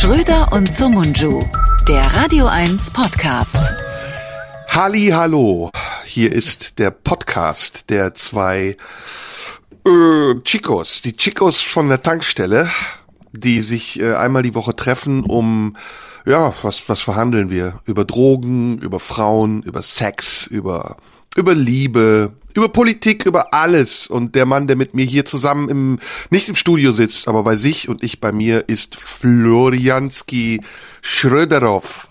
Schröder und Somunju, der Radio 1 Podcast. Hallo, hier ist der Podcast der zwei Chicos, die Chicos von der Tankstelle, die sich einmal die Woche treffen, um, was verhandeln wir? Über Drogen, über Frauen, über Sex, über Liebe, über Politik, über alles. Und der Mann, der mit mir hier zusammen nicht im Studio sitzt, aber bei sich und ich bei mir, ist Florianski Schröderov.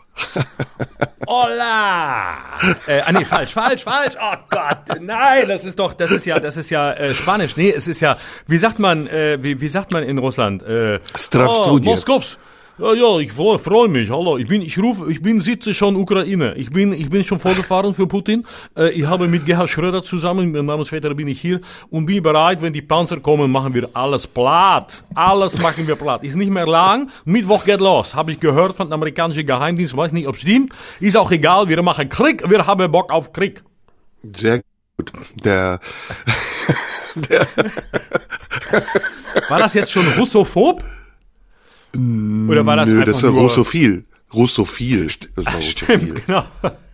Hola! Nee, falsch. Oh Gott, nein, das ist ja Spanisch. Nee, es ist ja, wie sagt man in Russland? Zdravstvuyte. Moskows. Ja, ich freue mich. Hallo, ich sitze schon Ukraine. Ich bin schon vorgefahren für Putin. Ich habe mit Gerhard Schröder zusammen, mit Namensvetter bin ich hier und bin bereit, wenn die Panzer kommen, machen wir alles platt. Alles machen wir platt. Ist nicht mehr lang. Mittwoch geht los. Habe ich gehört von dem amerikanischen Geheimdienst. Weiß nicht, ob es stimmt. Ist auch egal. Wir machen Krieg. Wir haben Bock auf Krieg. Sehr gut. War das jetzt schon russophob? Oder war das einfach das ist nur... Russophil. Russophil. Das war Russophil. Stimmt, genau.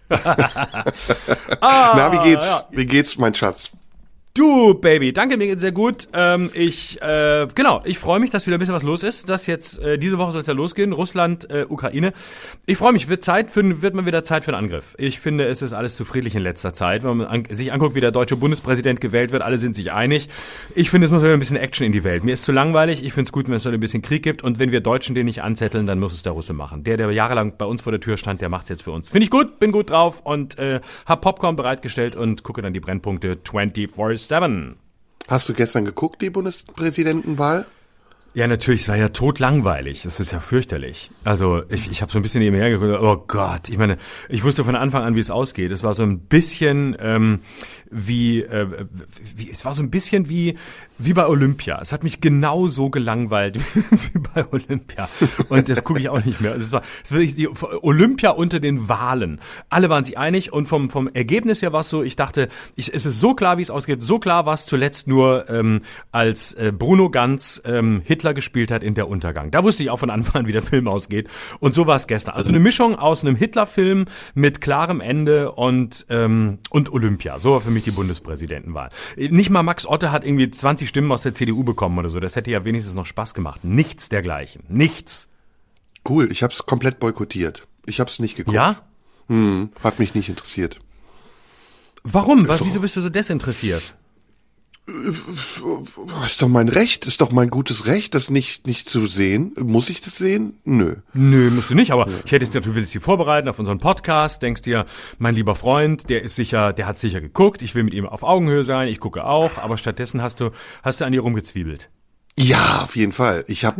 Na, wie geht's, mein Schatz? Du, Baby, danke, mir geht's sehr gut. Ich freue mich, dass wieder ein bisschen was los ist. Das jetzt, diese Woche soll es ja losgehen. Russland, Ukraine. Ich freue mich, wird mal wieder Zeit für einen Angriff. Ich finde, es ist alles zu friedlich in letzter Zeit. Wenn man sich anguckt, wie der deutsche Bundespräsident gewählt wird, alle sind sich einig. Ich finde, es muss wieder ein bisschen Action in die Welt. Mir ist zu langweilig. Ich finde es gut, wenn es so ein bisschen Krieg gibt. Und wenn wir Deutschen den nicht anzetteln, dann muss es der Russe machen. Der jahrelang bei uns vor der Tür stand, der macht's jetzt für uns. Finde ich gut, bin gut drauf und hab Popcorn bereitgestellt und gucke dann die Brennpunkte 24/7. Hast du gestern geguckt, die Bundespräsidentenwahl? Ja, natürlich, es war ja totlangweilig. Das ist ja fürchterlich. Also ich habe so ein bisschen nebenher geguckt, oh Gott, ich meine, ich wusste von Anfang an, wie es ausgeht. Es war so ein bisschen wie bei Olympia. Es hat mich genauso gelangweilt wie bei Olympia. Und das gucke ich auch nicht mehr. Es war wirklich die Olympia unter den Wahlen. Alle waren sich einig und vom Ergebnis her war es so, ich dachte, es ist so klar, wie es ausgeht. So klar war es zuletzt nur, als Bruno Ganz Hitler gespielt hat in Der Untergang. Da wusste ich auch von Anfang an, wie der Film ausgeht. Und so war es gestern. Also eine Mischung aus einem Hitler-Film mit klarem Ende und Olympia. So war für mich die Bundespräsidentenwahl. Nicht mal Max Otte hat irgendwie 20 Stimmen aus der CDU bekommen oder so. Das hätte ja wenigstens noch Spaß gemacht. Nichts dergleichen. Nichts. Cool, ich hab's komplett boykottiert. Ich hab's nicht geguckt. Ja? Hat mich nicht interessiert. Warum? Wieso bist du so desinteressiert? Ist doch mein Recht, ist doch mein gutes Recht, das nicht zu sehen. Muss ich das sehen? Nö, musst du nicht, aber ich hätte jetzt du willst dich vorbereiten auf unseren Podcast, denkst dir, mein lieber Freund, der hat sicher geguckt, ich will mit ihm auf Augenhöhe sein, ich gucke auch, aber stattdessen hast du an dir rumgezwiebelt. Ja, auf jeden Fall. Ich hab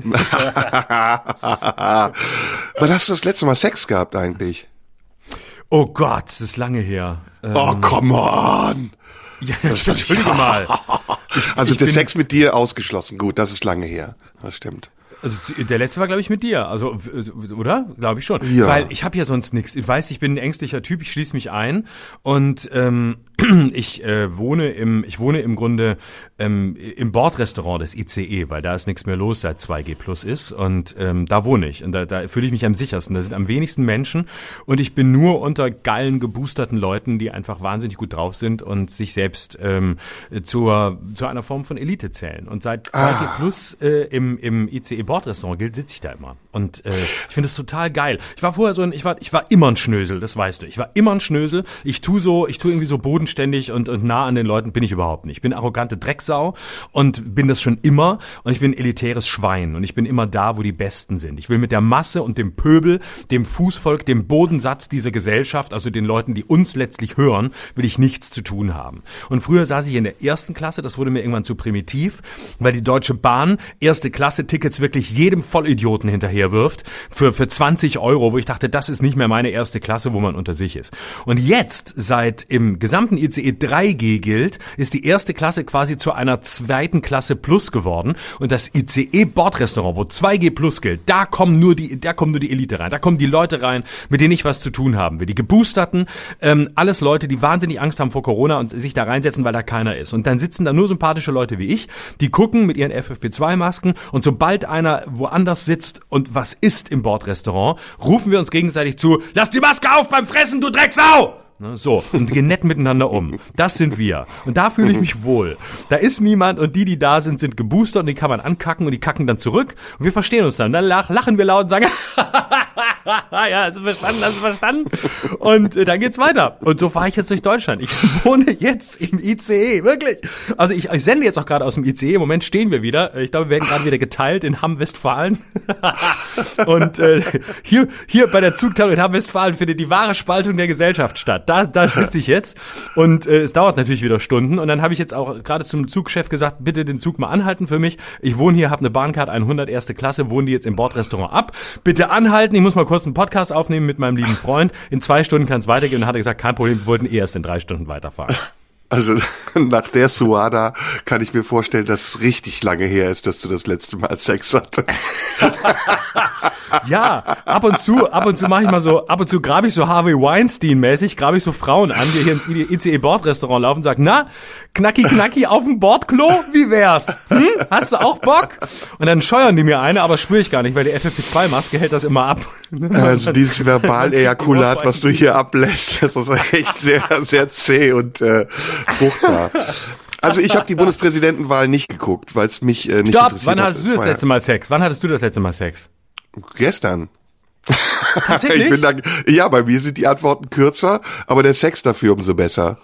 Wann hast du das letzte Mal Sex gehabt eigentlich? Oh Gott, das ist lange her. Oh, come on! Ja, entschuldige mal. Also der Sex mit dir ausgeschlossen. Gut, das ist lange her. Das stimmt. Also der letzte war, glaube ich, mit dir. Also, oder? Glaube ich schon. Ja. Weil ich habe ja sonst nichts. Ich weiß, ich bin ein ängstlicher Typ, ich schließe mich ein. Und ich wohne im Grunde im Bordrestaurant des ICE, weil da ist nichts mehr los, seit 2G Plus ist. Und da wohne ich. Und da fühle ich mich am sichersten. Da sind am wenigsten Menschen. Und ich bin nur unter geilen, geboosterten Leuten, die einfach wahnsinnig gut drauf sind und sich selbst zu einer Form von Elite zählen. Und seit 2G Plus im ICE Bordrestaurant gilt, sitze ich da immer. Und ich finde es total geil. Ich war vorher ich war immer ein Schnösel, das weißt du. Ich war immer ein Schnösel. Ich tue irgendwie so bodenständig und nah an den Leuten bin ich überhaupt nicht. Ich bin arrogante Drecksau und bin das schon immer. Und ich bin ein elitäres Schwein. Und ich bin immer da, wo die Besten sind. Ich will mit der Masse und dem Pöbel, dem Fußvolk, dem Bodensatz dieser Gesellschaft, also den Leuten, die uns letztlich hören, will ich nichts zu tun haben. Und früher saß ich in der ersten Klasse, das wurde mir irgendwann zu primitiv, weil die Deutsche Bahn erste Klasse Tickets wirklich jedem Vollidioten hinterherwirft für 20 €, wo ich dachte, das ist nicht mehr meine erste Klasse, wo man unter sich ist. Und jetzt, seit im gesamten alten ICE 3G gilt, ist die erste Klasse quasi zu einer zweiten Klasse Plus geworden. Und das ICE-Bordrestaurant, wo 2G Plus gilt, da kommt nur die Elite rein. Da kommen die Leute rein, mit denen ich was zu tun haben will. Die Geboosterten, alles Leute, die wahnsinnig Angst haben vor Corona und sich da reinsetzen, weil da keiner ist. Und dann sitzen da nur sympathische Leute wie ich, die gucken mit ihren FFP2-Masken und sobald einer woanders sitzt und was isst im Bordrestaurant, rufen wir uns gegenseitig zu, lass die Maske auf beim Fressen, du Drecksau! So, und gehen nett miteinander um. Das sind wir. Und da fühle ich mich wohl. Da ist niemand und die da sind, sind geboostert und die kann man ankacken und die kacken dann zurück. Und wir verstehen uns dann. Dann lachen wir laut und sagen, ja, hast du verstanden? Und dann geht's weiter. Und so fahre ich jetzt durch Deutschland. Ich wohne jetzt im ICE, wirklich. Also ich sende jetzt auch gerade aus dem ICE. Im Moment stehen wir wieder. Ich glaube, wir werden gerade wieder geteilt in Hamm-Westfalen. Und hier bei der Zugteilung in Hamm-Westfalen findet die wahre Spaltung der Gesellschaft statt. Da sitze ich jetzt und es dauert natürlich wieder Stunden und dann habe ich jetzt auch gerade zum Zugchef gesagt, bitte den Zug mal anhalten für mich. Ich wohne hier, habe eine Bahncard 100 erste Klasse, wohne die jetzt im Bordrestaurant ab. Bitte anhalten, ich muss mal kurz einen Podcast aufnehmen mit meinem lieben Freund. In 2 Stunden kann es weitergehen und dann hat er gesagt, kein Problem, wir wollten erst in 3 Stunden weiterfahren. Also nach der Suada kann ich mir vorstellen, dass es richtig lange her ist, dass du das letzte Mal Sex hattest. Ja, ab und zu mache ich mal so, ab und zu grabe ich so Harvey Weinstein-mäßig, grabe ich so Frauen an, die hier ins ICE-Bordrestaurant laufen und sagen, na, knacki auf dem Bordklo, wie wär's? Hast du auch Bock? Und dann scheuern die mir eine, aber spüre ich gar nicht, weil die FFP2-Maske hält das immer ab. Also dieses Verbalejakulat, was du hier ablässt, das ist echt sehr, sehr zäh und fruchtbar. Also ich habe die Bundespräsidentenwahl nicht geguckt, weil es mich nicht interessiert hat. Wann hattest du das letzte Mal Sex? Wann hattest du das letzte Mal Sex? Gestern. Tatsächlich? Ja, bei mir sind die Antworten kürzer, aber der Sex dafür umso besser.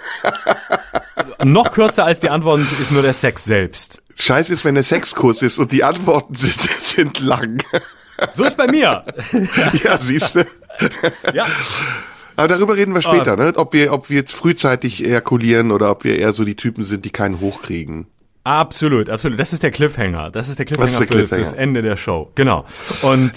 Noch kürzer als die Antworten ist nur der Sex selbst. Scheiße ist, wenn der Sex kurz ist und die Antworten sind lang. So ist bei mir. Ja, siehste. Ja. Aber darüber reden wir später, ne? Ob wir jetzt frühzeitig ejakulieren oder ob wir eher so die Typen sind, die keinen hochkriegen. Absolut. Das ist der Cliffhanger. Fürs Ende der Show. Genau. Und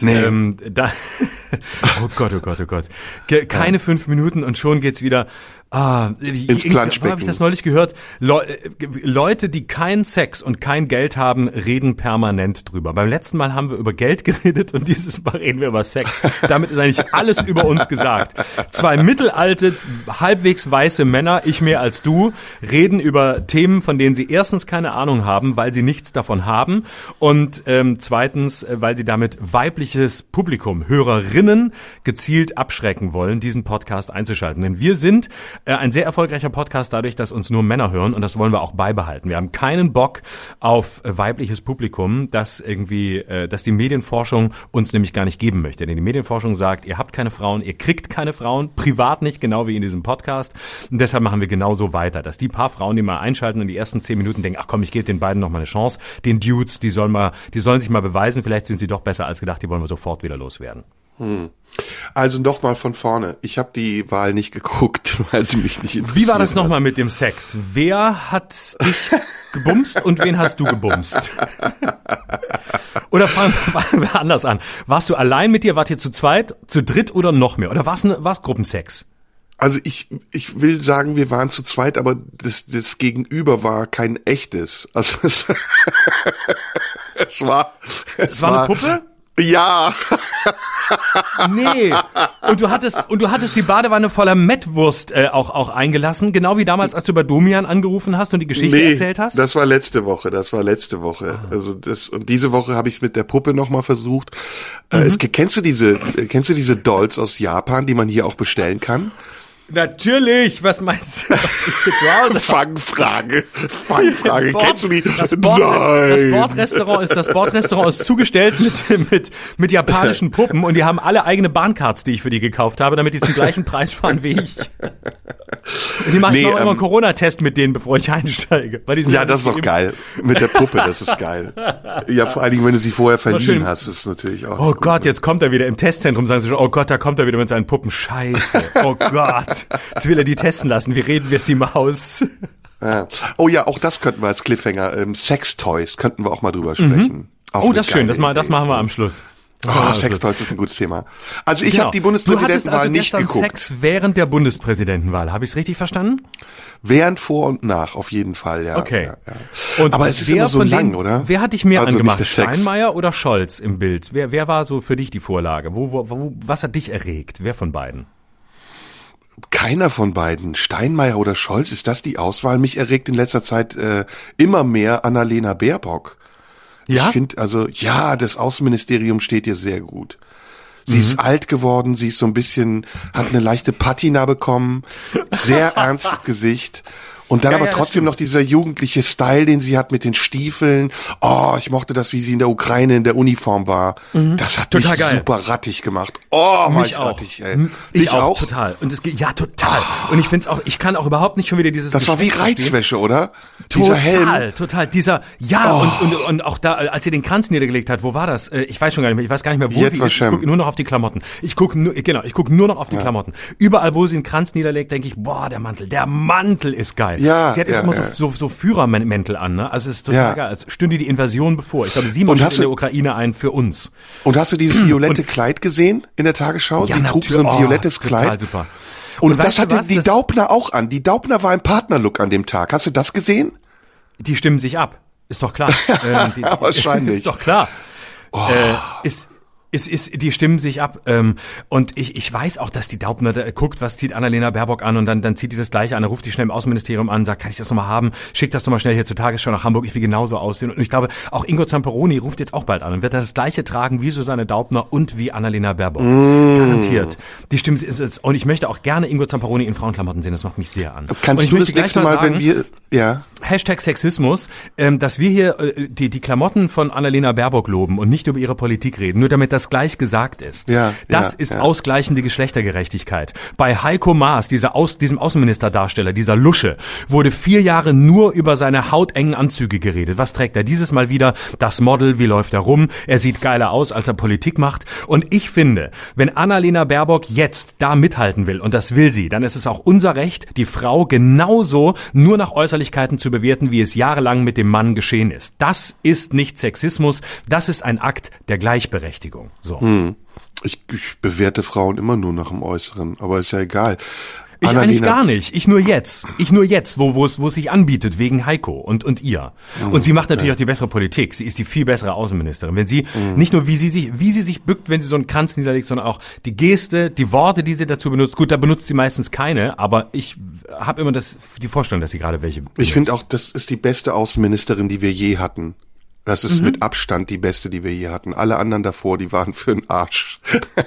oh Gott. Keine 5 Minuten und schon geht's wieder. Ins Planschbecken. Habe ich das neulich gehört? Leute, die keinen Sex und kein Geld haben, reden permanent drüber. Beim letzten Mal haben wir über Geld geredet und dieses Mal reden wir über Sex. Damit ist eigentlich alles über uns gesagt. 2 mittelalte, halbwegs weiße Männer, ich mehr als du, reden über Themen, von denen sie erstens keine Ahnung haben, weil sie nichts davon haben und zweitens, weil sie damit weibliches Publikum, Hörerinnen, gezielt abschrecken wollen, diesen Podcast einzuschalten. Denn wir sind ein sehr erfolgreicher Podcast dadurch, dass uns nur Männer hören und das wollen wir auch beibehalten. Wir haben keinen Bock auf weibliches Publikum, das die Medienforschung uns nämlich gar nicht geben möchte. Denn die Medienforschung sagt, ihr habt keine Frauen, ihr kriegt keine Frauen, privat nicht, genau wie in diesem Podcast. Und deshalb machen wir genauso weiter, dass die paar Frauen, die mal einschalten und die ersten 10 Minuten denken, ach komm, ich gebe den beiden noch mal eine Chance, den Dudes, die sollen sich mal beweisen, vielleicht sind sie doch besser als gedacht, die wollen wir sofort wieder loswerden. Also nochmal von vorne. Ich habe die Wahl nicht geguckt, weil sie mich nicht interessiert. Wie war das nochmal mit dem Sex? Wer hat dich gebumst und wen hast du gebumst? Oder fangen wir anders an. Warst du allein mit dir? Wart ihr zu zweit, zu dritt oder noch mehr? Oder war's Gruppensex? Also ich will sagen, wir waren zu zweit, aber das Gegenüber war kein echtes. Also es war eine Puppe? Ja. Nee. Und du hattest die Badewanne voller Mettwurst auch eingelassen, genau wie damals, als du bei Domian angerufen hast und die Geschichte erzählt hast? Das war letzte Woche. Also und diese Woche habe ich es mit der Puppe nochmal versucht. Kennst du diese Dolls aus Japan, die man hier auch bestellen kann? Natürlich, was meinst du, was ich hier zu Hause Fangfrage. Kennst du die? Das Bordrestaurant ist zugestellt mit japanischen Puppen und die haben alle eigene Bahncards, die ich für die gekauft habe, damit die zum gleichen Preis fahren wie ich. Und die machen auch immer einen Corona-Test mit denen, bevor ich einsteige. Weil die das ist doch geil. Mit der Puppe, das ist geil. Ja, vor allen Dingen, wenn du sie vorher verliehen hast, ist es natürlich auch. Oh Gott, jetzt kommt er wieder im Testzentrum, sagen sie schon, oh Gott, da kommt er wieder mit seinen Puppen. Scheiße. Oh Gott. Jetzt will er die testen lassen. Wie reden wir sie mal aus? Ja. Oh ja, auch das könnten wir als Cliffhanger. Sextoys könnten wir auch mal drüber sprechen. Oh, das ist schön. Das machen wir am Schluss. Sextoys ist ein gutes Thema. Also ich habe die Bundespräsidentenwahl nicht geguckt. Du hattest also Sex während der Bundespräsidentenwahl. Habe ich es richtig verstanden? Während, vor und nach, auf jeden Fall, ja. Okay. Ja. Und aber es ist immer so lang, oder? Wer hat dich mehr angemacht, Steinmeier oder Scholz im Bild? Wer war so für dich die Vorlage? Was hat dich erregt? Wer von beiden? Keiner von beiden. Steinmeier oder Scholz, ist das die Auswahl? Mich erregt in letzter Zeit immer mehr Annalena Baerbock. Ja? Ich finde, also, ja, das Außenministerium steht ihr sehr gut. Sie ist alt geworden, sie ist so ein bisschen, hat eine leichte Patina bekommen, sehr ernstes Gesicht. Und dann aber trotzdem noch dieser jugendliche Style, den sie hat mit den Stiefeln. Oh, ich mochte das, wie sie in der Ukraine in der Uniform war. Das hat mich super rattig gemacht. Oh, war ich rattig, ey. Ich auch? Total. Und ja, total. Und ich find's auch, ich kann auch überhaupt nicht schon wieder dieses Das war wie Reizwäsche, oder? Dieser Helm. Total. Und auch da, als sie den Kranz niedergelegt hat, wo war das? Ich weiß schon gar nicht mehr, ich weiß gar nicht mehr, wo sie ist. Ich gucke nur noch auf die Klamotten. Ich gucke nur noch auf die Klamotten. Überall, wo sie den Kranz niederlegt, denke ich, boah, der Mantel ist geil. Ja, sie hat immer so Führermäntel an, ne? Also es ist total geil. Es stünde die Invasion bevor. Ich glaube, sie marschiert in der Ukraine ein für uns. Und hast du dieses violette Kleid gesehen in der Tagesschau? Ja, die trug so ein violettes Kleid. Total super. Und das hatte die Daubner auch an. Die Daubner war im Partnerlook an dem Tag. Hast du das gesehen? Die stimmen sich ab. Ist doch klar. Wahrscheinlich. Ist doch klar. Die stimmen sich ab. Und ich weiß auch, dass die Daubner guckt, was zieht Annalena Baerbock an, und dann zieht die das Gleiche an, dann ruft die schnell im Außenministerium an, sagt, kann ich das nochmal haben? Schick das doch mal schnell hier zur Tagesschau nach Hamburg, ich will genauso aussehen. Und ich glaube, auch Ingo Zamperoni ruft jetzt auch bald an und wird das Gleiche tragen wie Susanne Daubner und wie Annalena Baerbock. Garantiert. Die Stimmen, und ich möchte auch gerne Ingo Zamperoni in Frauenklamotten sehen, das macht mich sehr an. Kannst du das nächste Mal, wenn wir, #Sexismus, dass wir hier die Klamotten von Annalena Baerbock loben und nicht über ihre Politik reden, nur damit das gleich gesagt ist. Das ist ausgleichende Geschlechtergerechtigkeit. Bei Heiko Maas, diesem Außenministerdarsteller, dieser Lusche, wurde 4 Jahre nur über seine hautengen Anzüge geredet. Was trägt er dieses Mal wieder? Das Model, wie läuft er rum? Er sieht geiler aus, als er Politik macht. Und ich finde, wenn Annalena Baerbock jetzt da mithalten will, und das will sie, dann ist es auch unser Recht, die Frau genauso nur nach Äußerlichkeiten zu bewerten, wie es jahrelang mit dem Mann geschehen ist. Das ist nicht Sexismus, das ist ein Akt der Gleichberechtigung. So. Ich bewerte Frauen immer nur nach dem Äußeren, aber ist ja egal. Ich eigentlich gar nicht. Ich nur jetzt, wo es sich anbietet, wegen Heiko und ihr. Und sie macht natürlich auch die bessere Politik. Sie ist die viel bessere Außenministerin. Wenn sie, nicht nur wie sie sich bückt, wenn sie so einen Kranz niederlegt, sondern auch die Geste, die Worte, die sie dazu benutzt. Gut, da benutzt sie meistens keine, aber ich habe immer die Vorstellung, dass sie gerade welche benutzt. Ich finde auch, das ist die beste Außenministerin, die wir je hatten. Das ist mit Abstand die beste, die wir je hatten. Alle anderen davor, die waren für den Arsch.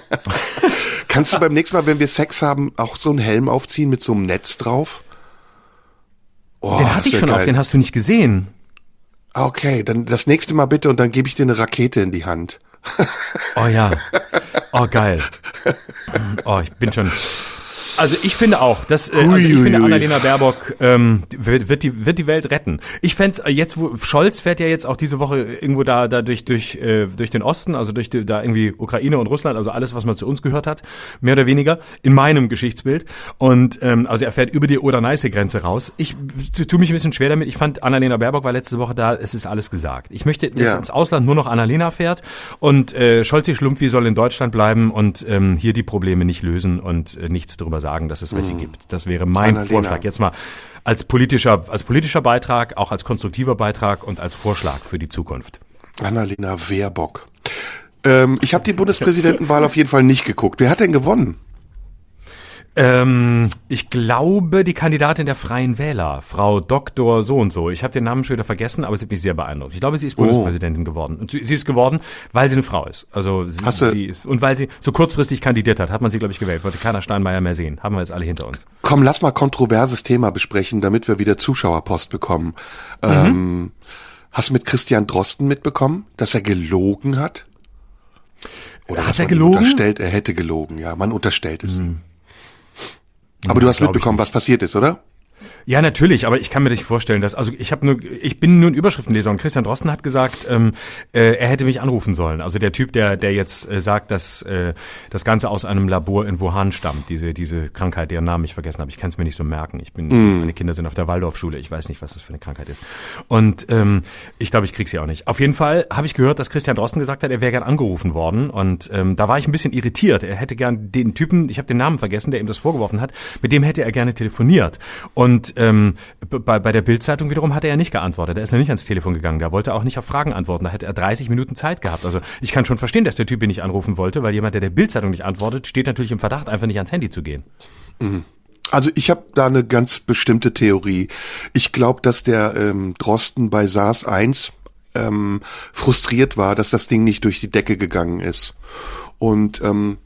Kannst du beim nächsten Mal, wenn wir Sex haben, auch so einen Helm aufziehen mit so einem Netz drauf? Oh, den hatte ich schon auf, den hast du nicht gesehen. Okay, dann das nächste Mal bitte, und dann gebe ich dir eine Rakete in die Hand. Oh ja. Oh, geil. Oh, ich bin schon... Also ich finde auch, dass Annalena Baerbock wird die Welt retten. Ich fänd's jetzt, wo Scholz fährt ja jetzt auch diese Woche irgendwo da durch den Osten, also da irgendwie Ukraine und Russland, also alles, was man zu uns gehört hat, mehr oder weniger in meinem Geschichtsbild. Und also er fährt über die Oder-Neiße-Grenze raus. Ich tue mich ein bisschen schwer damit. Ich fand, Annalena Baerbock war letzte Woche da. Es ist alles gesagt. Ich möchte, dass ins Ausland nur noch Annalena fährt und Scholz Schlumpfi soll in Deutschland bleiben und hier die Probleme nicht lösen und nichts darüber sagen, dass es welche gibt. Das wäre mein Vorschlag. Jetzt mal als politischer Beitrag, auch als konstruktiver Beitrag und als Vorschlag für die Zukunft. Annalena Baerbock. Ich habe die Bundespräsidentenwahl auf jeden Fall nicht geguckt. Wer hat denn gewonnen? Ich glaube, die Kandidatin der Freien Wähler, Frau Dr. so und so. Ich habe den Namen schon wieder vergessen, aber sie hat mich sehr beeindruckt. Ich glaube, sie ist Bundespräsidentin geworden. Und sie ist geworden, weil sie eine Frau ist. Also sie ist, und weil sie so kurzfristig kandidiert hat sie, glaube ich, gewählt. Wollte keiner Steinmeier mehr sehen. Haben wir jetzt alle hinter uns. Komm, lass mal kontroverses Thema besprechen, damit wir wieder Zuschauerpost bekommen. Hast du mit Christian Drosten mitbekommen, dass er gelogen hat? Oder hat er gelogen? Unterstellt, er hätte gelogen. Ja, man unterstellt es ihm. Aber du hast mitbekommen, was passiert ist, oder? Ja, natürlich, aber ich kann mir nicht vorstellen, dass, also ich bin nur ein Überschriftenleser und Christian Drosten hat gesagt, er hätte mich anrufen sollen. Also der Typ, der jetzt sagt, dass das Ganze aus einem Labor in Wuhan stammt, diese Krankheit, deren Namen ich vergessen habe. Ich kann es mir nicht so merken. Meine Kinder sind auf der Waldorfschule, ich weiß nicht, was das für eine Krankheit ist. Und ich glaube, ich krieg sie auch nicht. Auf jeden Fall habe ich gehört, dass Christian Drosten gesagt hat, er wäre gern angerufen worden und da war ich ein bisschen irritiert. Er hätte gern den Typen, ich habe den Namen vergessen, der ihm das vorgeworfen hat, mit dem hätte er gerne telefoniert. Und bei der Bild-Zeitung wiederum hat er ja nicht geantwortet. Er ist ja nicht ans Telefon gegangen. Der wollte auch nicht auf Fragen antworten. Da hätte er 30 Minuten Zeit gehabt. Also ich kann schon verstehen, dass der Typ ihn nicht anrufen wollte, weil jemand, der Bild-Zeitung nicht antwortet, steht natürlich im Verdacht, einfach nicht ans Handy zu gehen. Also ich habe da eine ganz bestimmte Theorie. Ich glaube, dass der Drosten bei SARS-1 frustriert war, dass das Ding nicht durch die Decke gegangen ist. Und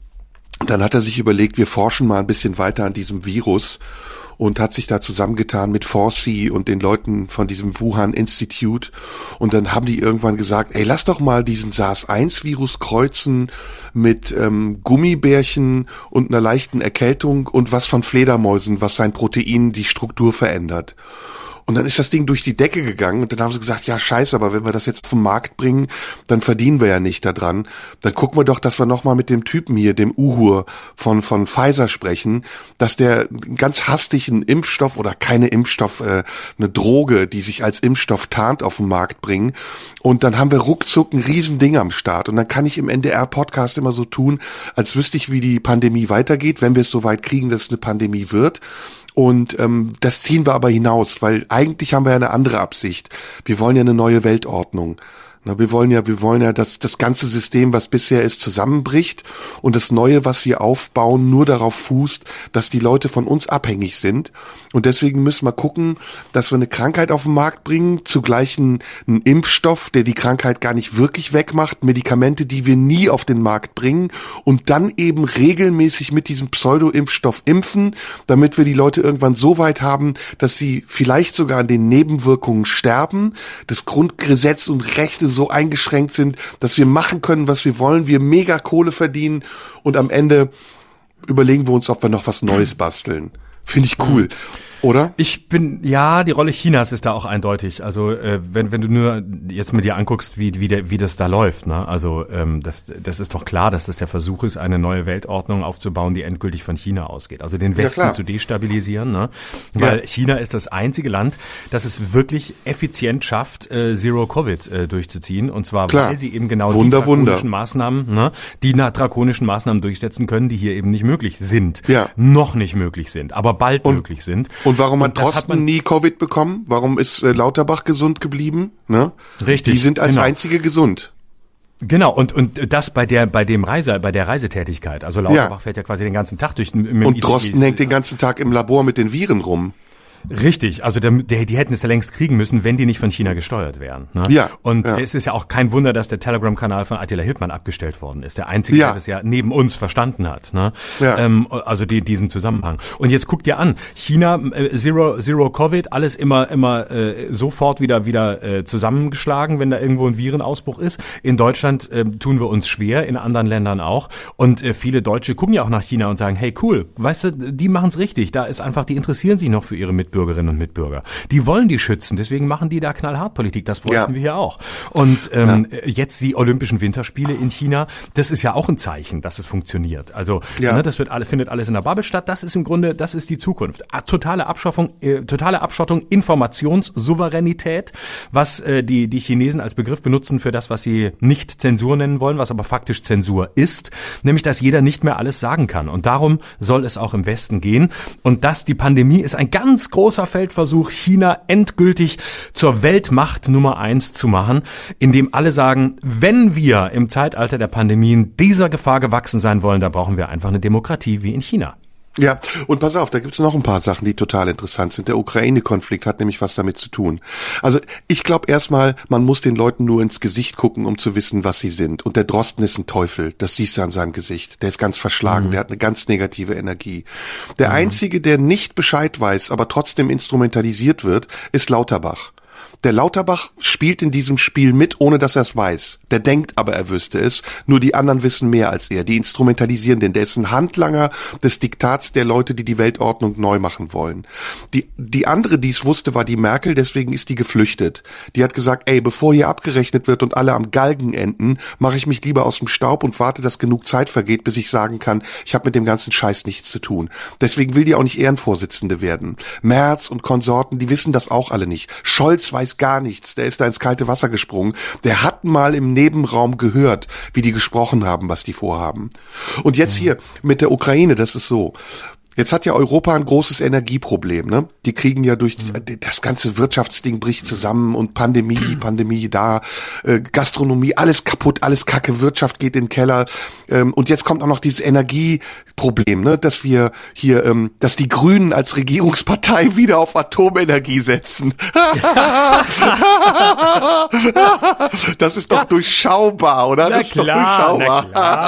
dann hat er sich überlegt, wir forschen mal ein bisschen weiter an diesem Virus und hat sich da zusammengetan mit Fauci und den Leuten von diesem Wuhan Institute. Und dann haben die irgendwann gesagt, ey, lass doch mal diesen SARS-1-Virus kreuzen mit Gummibärchen und einer leichten Erkältung und was von Fledermäusen, was sein Protein die Struktur verändert. Und dann ist das Ding durch die Decke gegangen und dann haben sie gesagt, ja scheiße, aber wenn wir das jetzt auf den Markt bringen, dann verdienen wir ja nicht daran. Dann gucken wir doch, dass wir nochmal mit dem Typen hier, dem Uhur von Pfizer sprechen, dass der ganz hastigen Impfstoff oder keine Impfstoff, eine Droge, die sich als Impfstoff tarnt, auf den Markt bringen. Und dann haben wir ruckzuck ein Riesending am Start. Und dann kann ich im NDR-Podcast immer so tun, als wüsste ich, wie die Pandemie weitergeht, wenn wir es so weit kriegen, dass es eine Pandemie wird. Und das ziehen wir aber hinaus, weil eigentlich haben wir ja eine andere Absicht. Wir wollen ja eine neue Weltordnung. Na, wir wollen ja, dass das ganze System, was bisher ist, zusammenbricht und das Neue, was wir aufbauen, nur darauf fußt, dass die Leute von uns abhängig sind. Und deswegen müssen wir gucken, dass wir eine Krankheit auf den Markt bringen, zugleich einen Impfstoff, der die Krankheit gar nicht wirklich wegmacht, Medikamente, die wir nie auf den Markt bringen und dann eben regelmäßig mit diesem Pseudo-Impfstoff impfen, damit wir die Leute irgendwann so weit haben, dass sie vielleicht sogar an den Nebenwirkungen sterben, das Grundgesetz und Rechte so eingeschränkt sind, dass wir machen können, was wir wollen, wir mega Kohle verdienen und am Ende überlegen wir uns, ob wir noch was Neues basteln. Finde ich cool. Oder? Die Rolle Chinas ist da auch eindeutig. Also wenn du nur jetzt mit dir anguckst, wie das da läuft, ne? Also das ist doch klar, dass das der Versuch ist, eine neue Weltordnung aufzubauen, die endgültig von China ausgeht. Also den Westen zu destabilisieren, ne? Weil China ist das einzige Land, das es wirklich effizient schafft, Zero Covid durchzuziehen. Und zwar, weil sie eben genau die drakonischen Maßnahmen durchsetzen können, die hier eben nicht möglich sind. Ja. Noch nicht möglich sind, aber bald möglich sind. Und warum hat Drosten nie Covid bekommen? Warum ist Lauterbach gesund geblieben? Ne? Richtig. Die sind als einzige gesund. Genau, und das bei der Reisetätigkeit. Also Lauterbach fährt ja quasi den ganzen Tag durch und Drosten hängt den ganzen Tag im Labor mit den Viren rum. Richtig, also die hätten es ja längst kriegen müssen, wenn die nicht von China gesteuert wären. Ne? Ja. Und es ist ja auch kein Wunder, dass der Telegram-Kanal von Attila Hildmann abgestellt worden ist. Der Einzige, der das ja neben uns verstanden hat. Ne? Ja. Also diesen Zusammenhang. Und jetzt guck dir an, China, Zero Covid, alles immer sofort wieder zusammengeschlagen, wenn da irgendwo ein Virenausbruch ist. In Deutschland tun wir uns schwer, in anderen Ländern auch. Und viele Deutsche gucken ja auch nach China und sagen, hey cool, weißt du, die machen's richtig. Da ist einfach, die interessieren sich noch für ihre Mitbürgerinnen und Mitbürger. Die wollen die schützen, deswegen machen die da knallhart Politik. Das bräuchten wir hier auch. Und jetzt die Olympischen Winterspiele in China, das ist ja auch ein Zeichen, dass es funktioniert. Also das findet alles in der Bubble statt. Das ist im Grunde, das ist die Zukunft. Totale Abschottung, Informationssouveränität, was die Chinesen als Begriff benutzen für das, was sie nicht Zensur nennen wollen, was aber faktisch Zensur ist, nämlich dass jeder nicht mehr alles sagen kann. Und darum soll es auch im Westen gehen. Und die Pandemie ist ein ganz großer Feldversuch, China endgültig zur Weltmacht Nummer 1 zu machen, indem alle sagen, wenn wir im Zeitalter der Pandemien dieser Gefahr gewachsen sein wollen, da brauchen wir einfach eine Demokratie wie in China. Ja, und pass auf, da gibt's noch ein paar Sachen, die total interessant sind. Der Ukraine-Konflikt hat nämlich was damit zu tun. Also ich glaube erstmal, man muss den Leuten nur ins Gesicht gucken, um zu wissen, was sie sind. Und der Drosten ist ein Teufel, das siehst du an seinem Gesicht. Der ist ganz verschlagen, der hat eine ganz negative Energie. Der Einzige, der nicht Bescheid weiß, aber trotzdem instrumentalisiert wird, ist Lauterbach. Der Lauterbach spielt in diesem Spiel mit, ohne dass er es weiß. Der denkt aber, er wüsste es. Nur die anderen wissen mehr als er. Die instrumentalisieren den. Der ist ein Handlanger des Diktats der Leute, die die Weltordnung neu machen wollen. Die andere, die es wusste, war die Merkel. Deswegen ist die geflüchtet. Die hat gesagt, ey, bevor hier abgerechnet wird und alle am Galgen enden, mache ich mich lieber aus dem Staub und warte, dass genug Zeit vergeht, bis ich sagen kann, ich habe mit dem ganzen Scheiß nichts zu tun. Deswegen will die auch nicht Ehrenvorsitzende werden. Merz und Konsorten, die wissen das auch alle nicht. Scholz weiß gar nichts, der ist da ins kalte Wasser gesprungen. Der hat mal im Nebenraum gehört, wie die gesprochen haben, was die vorhaben. Und jetzt hier mit der Ukraine, das ist so. Jetzt hat ja Europa ein großes Energieproblem, ne? Die kriegen ja durch das ganze Wirtschaftsding bricht zusammen und Pandemie da, Gastronomie, alles kaputt, alles Kacke, Wirtschaft geht in den Keller. Und jetzt kommt auch noch dieses Energieproblem, ne? Dass wir hier, dass die Grünen als Regierungspartei wieder auf Atomenergie setzen. Das ist doch durchschaubar, oder? Na Das ist klar, doch durchschaubar.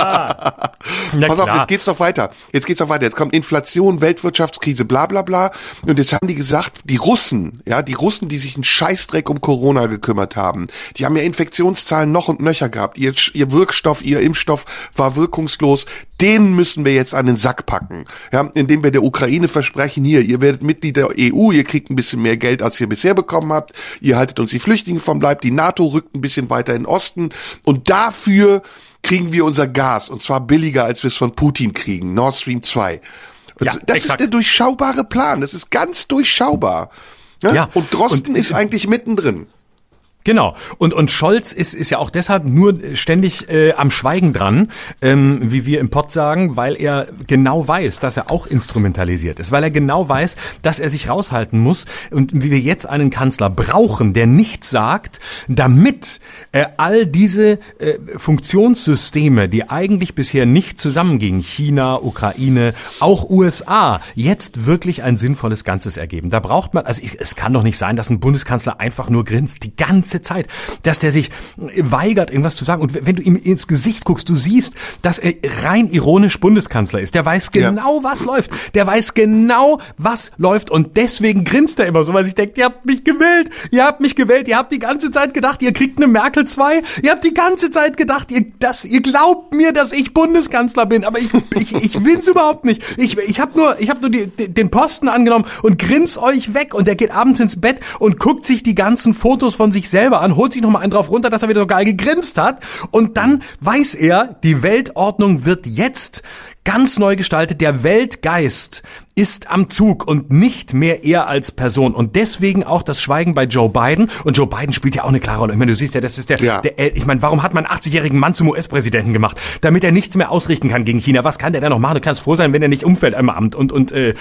Pass auf, klar. jetzt geht's doch weiter. Jetzt kommt Inflation, Weltwirtschaftskrise, bla bla bla. Und jetzt haben die gesagt, die Russen, die sich einen Scheißdreck um Corona gekümmert haben, die haben ja Infektionszahlen noch und nöcher gehabt. Ihr Wirkstoff, ihr Impfstoff war wirkungslos. Den müssen wir jetzt an den Sack packen. Ja, indem wir der Ukraine versprechen, hier, ihr werdet Mitglied der EU, ihr kriegt ein bisschen mehr Geld, als ihr bisher bekommen habt. Ihr haltet uns die Flüchtlinge vom Leib, die NATO rückt ein bisschen weiter in den Osten. Und dafür kriegen wir unser Gas, und zwar billiger, als wir es von Putin kriegen. Nord Stream 2. Ja, das exakt. ist der durchschaubare Plan. Das ist ganz durchschaubar. Ja? Und Drosten ist eigentlich mittendrin. Genau. Und Scholz ist ja auch deshalb nur ständig am Schweigen dran, wie wir im Pott sagen, weil er genau weiß, dass er auch instrumentalisiert ist, weil er genau weiß, dass er sich raushalten muss und wie wir jetzt einen Kanzler brauchen, der nichts sagt, damit all diese Funktionssysteme, die eigentlich bisher nicht zusammengingen, China, Ukraine, auch USA, jetzt wirklich ein sinnvolles Ganzes ergeben. Da braucht man, es kann doch nicht sein, dass ein Bundeskanzler einfach nur grinst, die ganze Zeit, dass der sich weigert, irgendwas zu sagen. Und wenn du ihm ins Gesicht guckst, du siehst, dass er rein ironisch Bundeskanzler ist. Der weiß genau, was läuft. Der weiß genau, was läuft. Und deswegen grinst er immer so, weil sich denkt, ihr habt mich gewählt. Ihr habt die ganze Zeit gedacht, ihr kriegt eine Merkel 2. Ihr habt die ganze Zeit gedacht, ihr glaubt mir, dass ich Bundeskanzler bin. Aber ich will's überhaupt nicht. Ich hab nur den Posten angenommen und grins euch weg. Und der geht abends ins Bett und guckt sich die ganzen Fotos von sich selber an, holt sich nochmal einen drauf runter, dass er wieder so geil gegrinst hat. Und dann weiß er, die Weltordnung wird jetzt ganz neu gestaltet. Der Weltgeist ist am Zug und nicht mehr er als Person. Und deswegen auch das Schweigen bei Joe Biden. Und Joe Biden spielt ja auch eine klare Rolle. Ich meine, du siehst ja, das ist ich meine, warum hat man einen 80-jährigen Mann zum US-Präsidenten gemacht? Damit er nichts mehr ausrichten kann gegen China. Was kann der denn noch machen? Du kannst froh sein, wenn er nicht umfällt im Amt und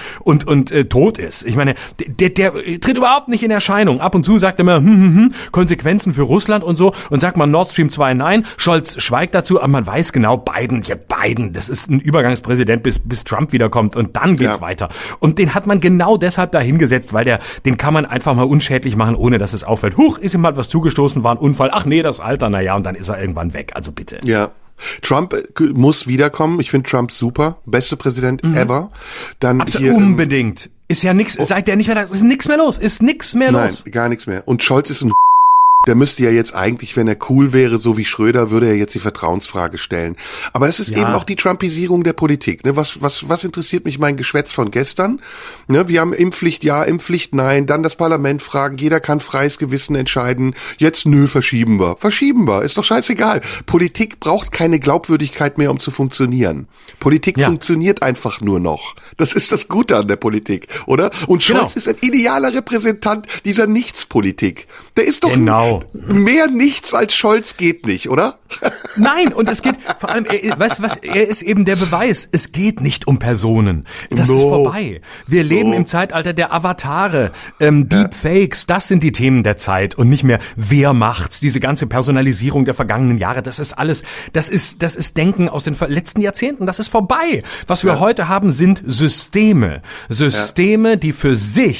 tot ist. Ich meine, der tritt überhaupt nicht in Erscheinung. Ab und zu sagt er immer, Konsequenzen für Russland und so. Und sagt man Nord Stream 2 nein. Scholz schweigt dazu, aber man weiß genau, Biden, das ist ein Übergangspräsident, bis Trump wiederkommt. Und dann geht's weiter. Und den hat man genau deshalb da hingesetzt, weil den kann man einfach mal unschädlich machen, ohne dass es auffällt. Huch, ist ihm halt was zugestoßen, war ein Unfall. Ach nee, das Alter, naja, und dann ist er irgendwann weg. Also bitte. Ja. Trump muss wiederkommen. Ich finde Trump super. Beste Präsident ever. Dann absolut, hier, unbedingt. Ist ja nix, seit der nicht mehr da ist nix mehr los. Ist nix mehr los. Nein, gar nichts mehr. Und Scholz ist ein der müsste ja jetzt eigentlich, wenn er cool wäre, so wie Schröder, würde er jetzt die Vertrauensfrage stellen. Aber es ist eben auch die Trumpisierung der Politik. Ne? Was interessiert mich mein Geschwätz von gestern? Ne? Wir haben Impfpflicht ja, Impfpflicht nein, dann das Parlament fragen, jeder kann freies Gewissen entscheiden. Jetzt verschieben wir. Ist doch scheißegal. Politik braucht keine Glaubwürdigkeit mehr, um zu funktionieren. Politik funktioniert einfach nur noch. Das ist das Gute an der Politik, oder? Und Scholz ist ein idealer Repräsentant dieser Nichtspolitik. Der ist doch mehr nichts als Scholz geht nicht, oder? Nein, und es geht, vor allem, er ist eben der Beweis, es geht nicht um Personen. Das ist vorbei. Wir leben im Zeitalter der Avatare, Deepfakes, das sind die Themen der Zeit und nicht mehr, wer macht's, diese ganze Personalisierung der vergangenen Jahre, das ist alles, das ist Denken aus den letzten Jahrzehnten, das ist vorbei. Was wir heute haben, sind Systeme, die für sich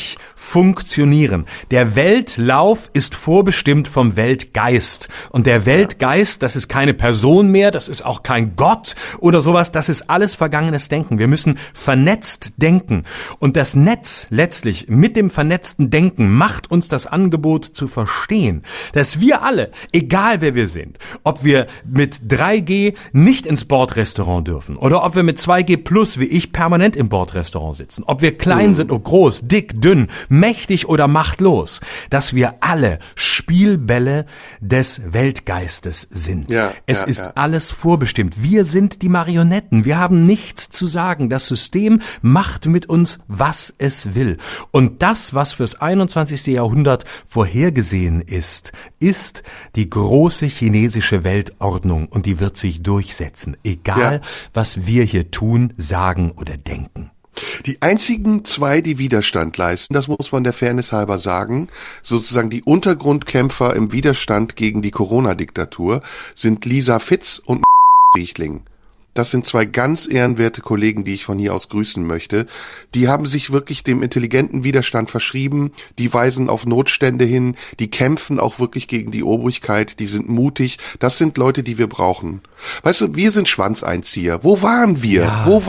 funktionieren. Der Weltlauf ist vorbestimmt vom Weltgeist. Und der Weltgeist, das ist keine Person mehr, das ist auch kein Gott oder sowas, das ist alles vergangenes Denken. Wir müssen vernetzt denken. Und das Netz letztlich mit dem vernetzten Denken macht uns das Angebot zu verstehen, dass wir alle, egal wer wir sind, ob wir mit 3G nicht ins Bordrestaurant dürfen oder ob wir mit 2G plus wie ich permanent im Bordrestaurant sitzen, ob wir klein sind oder groß, dick, dünn, mächtig oder machtlos, dass wir alle Spielbälle des Weltgeistes sind. Es ist alles vorbestimmt. Wir sind die Marionetten. Wir haben nichts zu sagen. Das System macht mit uns, was es will. Und das, was fürs 21. Jahrhundert vorhergesehen ist die große chinesische Weltordnung. Und die wird sich durchsetzen. Egal, was wir hier tun, sagen oder denken. Die einzigen zwei, die Widerstand leisten, das muss man der Fairness halber sagen, sozusagen die Untergrundkämpfer im Widerstand gegen die Corona-Diktatur, sind Lisa Fitz und Riechling. Das sind zwei ganz ehrenwerte Kollegen, die ich von hier aus grüßen möchte. Die haben sich wirklich dem intelligenten Widerstand verschrieben, die weisen auf Notstände hin, die kämpfen auch wirklich gegen die Obrigkeit, die sind mutig. Das sind Leute, die wir brauchen. Weißt du, wir sind Schwanzeinzieher. Wo waren wir?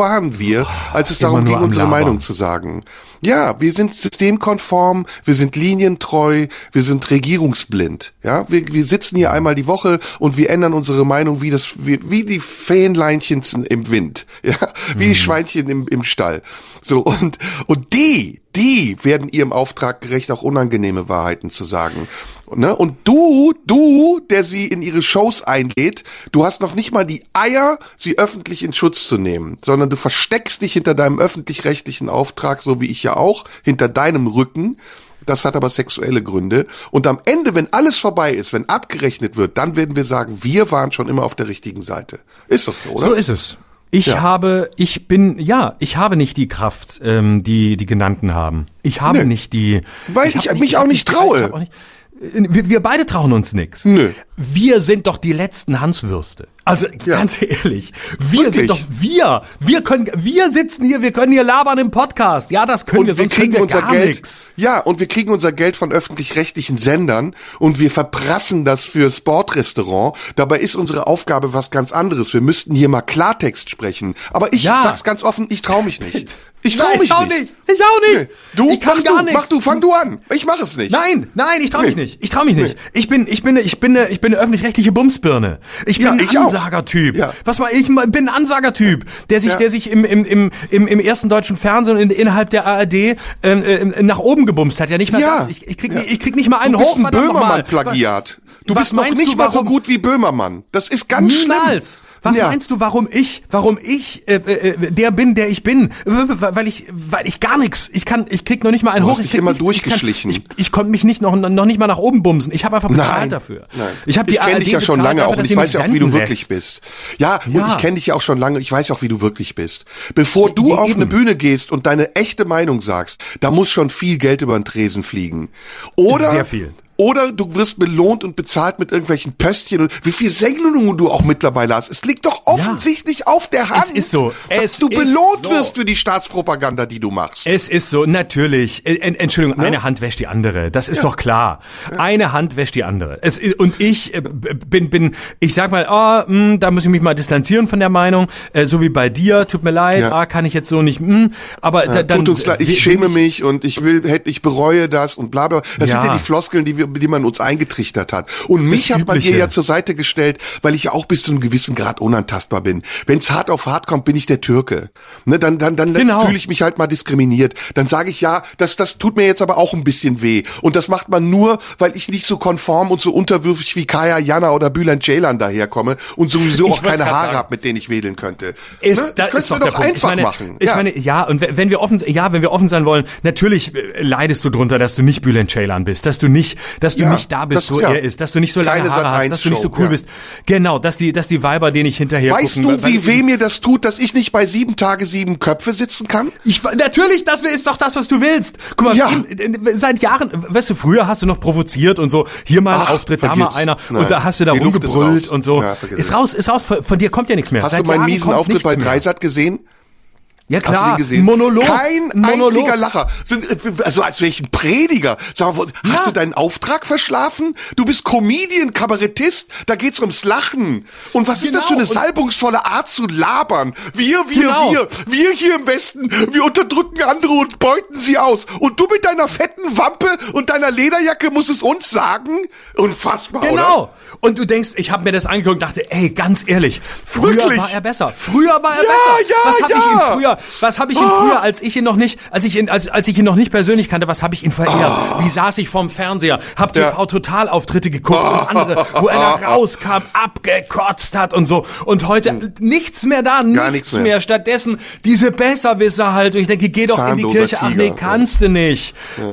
Als es darum ging, unsere Meinung zu sagen? Ja, wir sind systemkonform, wir sind linientreu, wir sind regierungsblind. Ja, wir sitzen hier einmal die Woche und wir ändern unsere Meinung wie die Fähnleinchen im Wind, ja, wie die Schweinchen im Stall. So, und die werden ihrem Auftrag gerecht, auch unangenehme Wahrheiten zu sagen. Ne? Und du, der sie in ihre Shows einlädt, du hast noch nicht mal die Eier, sie öffentlich in Schutz zu nehmen, sondern du versteckst dich hinter deinem öffentlich-rechtlichen Auftrag, so wie ich ja auch, hinter deinem Rücken. Das hat aber sexuelle Gründe. Und am Ende, wenn alles vorbei ist, wenn abgerechnet wird, dann werden wir sagen, wir waren schon immer auf der richtigen Seite. Ist doch so, oder? So ist es. Ich habe nicht die Kraft, die Genannten haben. Ich habe nicht die... Weil ich mich auch nicht traue. Wir beide trauen uns nix. Nö. Wir sind doch die letzten Hanswürste. Also ganz ehrlich, wir sitzen hier, wir können hier labern im Podcast. Ja, das können wir, sonst kriegen wir gar nichts. Ja, und wir kriegen unser Geld von öffentlich-rechtlichen Sendern und wir verprassen das fürs Bordrestaurant. Dabei ist unsere Aufgabe was ganz anderes. Wir müssten hier mal Klartext sprechen. Aber ich sag's ganz offen, ich traue mich nicht. Ich traue mich nicht. Ich auch nicht. Nee. Du, ich kann gar nichts. Fang du an. Ich mache es nicht. Nein, ich traue mich nicht. Ich traue mich nicht. Ich bin eine öffentlich-rechtliche Bumsbirne. Ich bin ein Ansagertyp. Ja. Ich bin ein Ansagertyp, der sich im ersten deutschen Fernsehen und innerhalb der ARD nach oben gebumst hat. Ja, nicht mal das. Ich krieg nicht mal einen hoch. Du bist ein Böhmermann-Plagiat. Du bist noch nicht mal so gut wie Böhmermann. Das ist ganz schlimm. Was meinst du, warum ich der bin, der ich bin? Weil ich gar nichts. Ich krieg noch nicht mal einen hoch. Du hast dich immer durchgeschlichen. Ich konnte mich noch nicht mal nach oben bumsen. Ich habe einfach bezahlt dafür. Nein. Ich kenne dich ja schon lange auch und ich weiß ja auch, wie du wirklich bist. Ja, und ich kenne dich ja auch schon lange. Ich weiß auch, wie du wirklich bist. Bevor du auf eine Bühne gehst und deine echte Meinung sagst, da muss schon viel Geld über den Tresen fliegen. Oder sehr viel. Oder du wirst belohnt und bezahlt mit irgendwelchen Pöstchen und wie viel Sendungen du auch mittlerweile hast. Es liegt doch offensichtlich auf der Hand, es ist so. dass du belohnt wirst für die Staatspropaganda, die du machst. Es ist so, natürlich. Entschuldigung, eine Hand wäscht die andere. Das ist doch klar. Ja. Eine Hand wäscht die andere. Und ich ich sag mal, da muss ich mich mal distanzieren von der Meinung. So wie bei dir, tut mir leid, kann ich jetzt so nicht, aber dann... Tut uns leid, ich schäme mich und ich bereue das und bla bla. Das sind ja die Floskeln, die man uns eingetrichtert hat. Und mich hat man hier ja zur Seite gestellt, weil ich ja auch bis zu einem gewissen Grad unantastbar bin. Wenn es hart auf hart kommt, bin ich der Türke. Ne, dann fühle ich mich halt mal diskriminiert. Dann sage ich, das tut mir jetzt aber auch ein bisschen weh. Und das macht man nur, weil ich nicht so konform und so unterwürfig wie Kaya Jana oder Bülent Ceylan daherkomme und sowieso auch keine Haare habe, mit denen ich wedeln könnte. Das könntest du doch einfach machen. Ich meine, und wenn wir offen sein wollen, natürlich leidest du drunter, dass du nicht Bülent Ceylan bist, dass du nicht da bist, wo er ist, dass du nicht so lange Haare hast, dass du nicht so cool bist. Genau, dass die Weiber, denen ich hinterher weißt gucken. Weißt du, wie weh mir das tut, dass ich nicht bei 7 Tage 7 Köpfe sitzen kann? Natürlich, das ist doch das, was du willst. Guck mal, seit Jahren, weißt du, früher hast du noch provoziert und so, hier mal ein Auftritt, da mal einer, und da hast du da rumgebrüllt und so. Ja, ist raus, von dir kommt ja nichts mehr. Hast du meinen miesen Auftritt bei Dreisat gesehen? Ja klar, Hast du den gesehen? Monolog. Kein Monolog. einziger Lacher. Also als wäre ich ein Prediger. Sag mal, hast du deinen Auftrag verschlafen? Du bist Comedian, Kabarettist, da geht's ums Lachen. Und was ist das für eine salbungsvolle Art zu labern? Wir hier im Westen, wir unterdrücken andere und beuten sie aus. Und du mit deiner fetten Wampe und deiner Lederjacke musst es uns sagen? Unfassbar, Genau. oder? Und du denkst, ich habe mir das angeguckt und dachte, ey, ganz ehrlich, früher Wirklich? war er besser. Früher war er besser. Was habe ich ihn früher, als ich ihn noch nicht persönlich kannte, was habe ich ihn verehrt? Wie saß ich vorm Fernseher, hab TV-Totalauftritte geguckt und andere, wo er da rauskam, abgekotzt hat und so. Und heute nichts mehr da, nichts mehr. Stattdessen diese Besserwisser halt. Und ich denke, geh doch in die Kirche. Ach nee, kannst du nicht.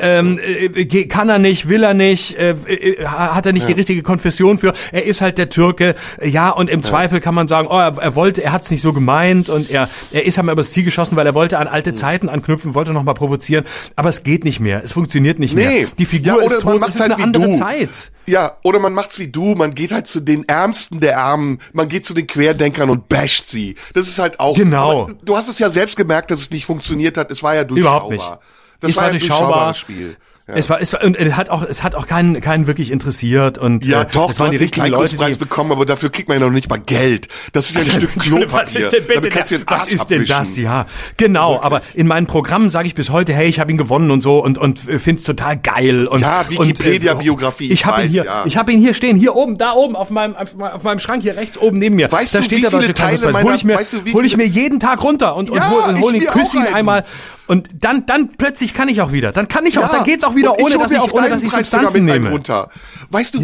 Kann er nicht, will er nicht, hat er nicht die richtige Konfession für. Er ist halt der Türke. Ja, und im Zweifel kann man sagen, er hat's nicht so gemeint und er ist halt mal übers Ziel geschossen, weil er wollte an alte Zeiten anknüpfen, wollte noch mal provozieren. Aber es geht nicht mehr. Es funktioniert nicht mehr. Die Figur ist tot. Es ist eine andere Zeit. Ja, oder man macht's wie du, man geht halt zu den Ärmsten der Armen, man geht zu den Querdenkern und basht sie. Das ist halt auch... Genau. Du hast es ja selbst gemerkt, dass es nicht funktioniert hat. Es war ja durchschaubar. Überhaupt nicht. Das war ja ein durchschaubares Spiel. Ja. Es war und es hat auch keinen wirklich interessiert und ja doch, es waren du hast den Kleinkunstpreis bekommen, aber dafür kriegt man ja noch nicht mal Geld. Das ist ja ein Stück Klopapier. Was ist denn bitte? Was ist denn das? Ja, genau. Wirklich? Aber in meinen Programmen sage ich bis heute, hey, ich habe ihn gewonnen und so und find's total geil und ja, Wikipedia-Biografie. Ich habe ihn hier stehen, hier oben, da oben auf meinem Schrank hier rechts oben neben mir. Weißt da du, steht wie der deutsche viele Teile hol ich mir jeden Tag runter und küsse ihn einmal. Und dann plötzlich kann ich auch wieder. Dann geht's auch wieder, ohne dass ich Substanzen nehme. Runter. Weißt du,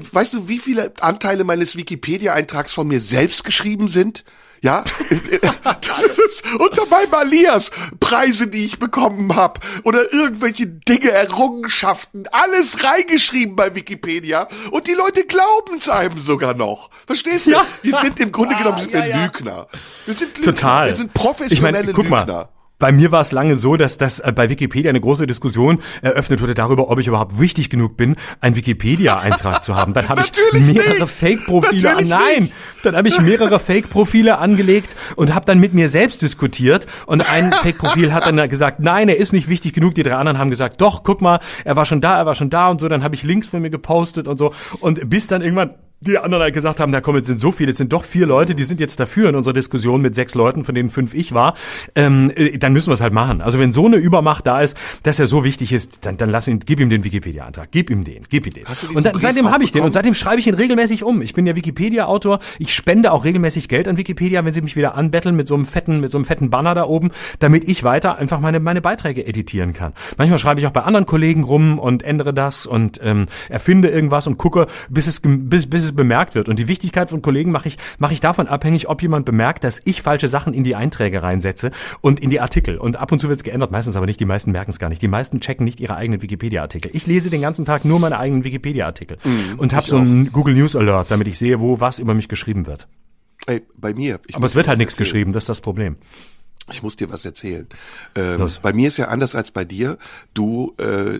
wie viele Anteile meines Wikipedia-Eintrags von mir selbst geschrieben sind? Ja, das ist unter meinem Alias Preise, die ich bekommen habe oder irgendwelche Dinge, Errungenschaften, alles reingeschrieben bei Wikipedia und die Leute glauben es einem sogar noch. Verstehst du? Ja. Wir sind im Grunde genommen Lügner. Wir sind Lügner. Total. Wir sind professionelle Lügner. Mal. Bei mir war es lange so, dass das bei Wikipedia eine große Diskussion eröffnet wurde darüber, ob ich überhaupt wichtig genug bin, einen Wikipedia-Eintrag zu haben. Dann habe ich mehrere Fake-Profile Dann habe ich mehrere Fake-Profile angelegt und habe dann mit mir selbst diskutiert. Und ein Fake-Profil hat dann gesagt, nein, er ist nicht wichtig genug. Die 3 anderen haben gesagt, doch, guck mal, er war schon da und so. Dann habe ich Links von mir gepostet und so. Und bis dann irgendwann die anderen halt gesagt haben, na komm, jetzt sind so viele, jetzt sind doch 4 Leute, die sind jetzt dafür in unserer Diskussion mit 6 Leuten, von denen 5 ich war, dann müssen wir es halt machen. Also wenn so eine Übermacht da ist, dass er so wichtig ist, dann gib ihm den Wikipedia-Antrag, gib ihm den. Und seitdem habe ich den und seitdem schreibe ich ihn regelmäßig um. Ich bin ja Wikipedia-Autor, ich spende auch regelmäßig Geld an Wikipedia, wenn sie mich wieder anbetteln mit so einem fetten Banner da oben, damit ich weiter einfach meine Beiträge editieren kann. Manchmal schreibe ich auch bei anderen Kollegen rum und ändere das und erfinde irgendwas und gucke, bis es bemerkt wird. Und die Wichtigkeit von Kollegen mache ich davon abhängig, ob jemand bemerkt, dass ich falsche Sachen in die Einträge reinsetze und in die Artikel. Und ab und zu wird es geändert, meistens aber nicht. Die meisten merken es gar nicht. Die meisten checken nicht ihre eigenen Wikipedia-Artikel. Ich lese den ganzen Tag nur meine eigenen Wikipedia-Artikel und habe so einen Google News Alert, damit ich sehe, wo was über mich geschrieben wird. Ey, bei mir. Aber es wird halt nichts geschrieben, das ist das Problem. Ich muss dir was erzählen. Bei mir ist ja anders als bei dir. Du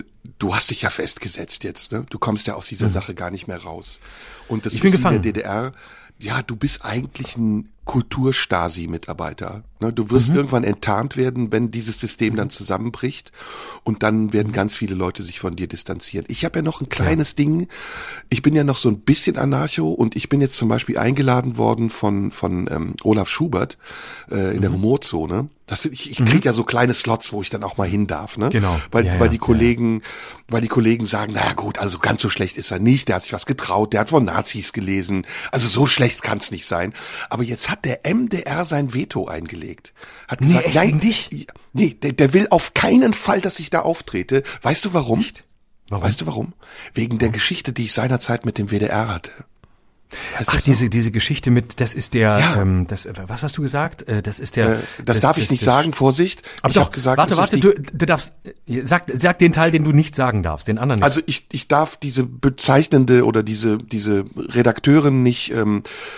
hast dich ja festgesetzt jetzt, ne? Du kommst ja aus dieser Sache gar nicht mehr raus. Und das ist in der DDR. Ja, du bist eigentlich ein Kulturstasi-Mitarbeiter. Ne? Du wirst irgendwann enttarnt werden, wenn dieses System dann zusammenbricht. Und dann werden ganz viele Leute sich von dir distanzieren. Ich habe ja noch ein kleines Ding. Ich bin ja noch so ein bisschen Anarcho und ich bin jetzt zum Beispiel eingeladen worden von Olaf Schubert in der Humorzone. Ich krieg ja so kleine Slots, wo ich dann auch mal hin darf, ne? Genau. Weil die Kollegen sagen, na gut, also ganz so schlecht ist er nicht, der hat sich was getraut, der hat von Nazis gelesen, also so schlecht kann's nicht sein. Aber jetzt hat der MDR sein Veto eingelegt. Hat gesagt, nein, dich? Nee, der will auf keinen Fall, dass ich da auftrete. Weißt du warum? Nicht? Warum? Weißt du warum? Wegen der Geschichte, die ich seinerzeit mit dem WDR hatte. Ach, diese Geschichte mit, das ist der, was hast du gesagt? Das ist der. Das darf ich nicht sagen, Vorsicht. Aber ich habe gesagt, warte, du darfst, sag den Teil, den du nicht sagen darfst, den anderen nicht. Also ich darf diese bezeichnende oder diese Redakteurin nicht so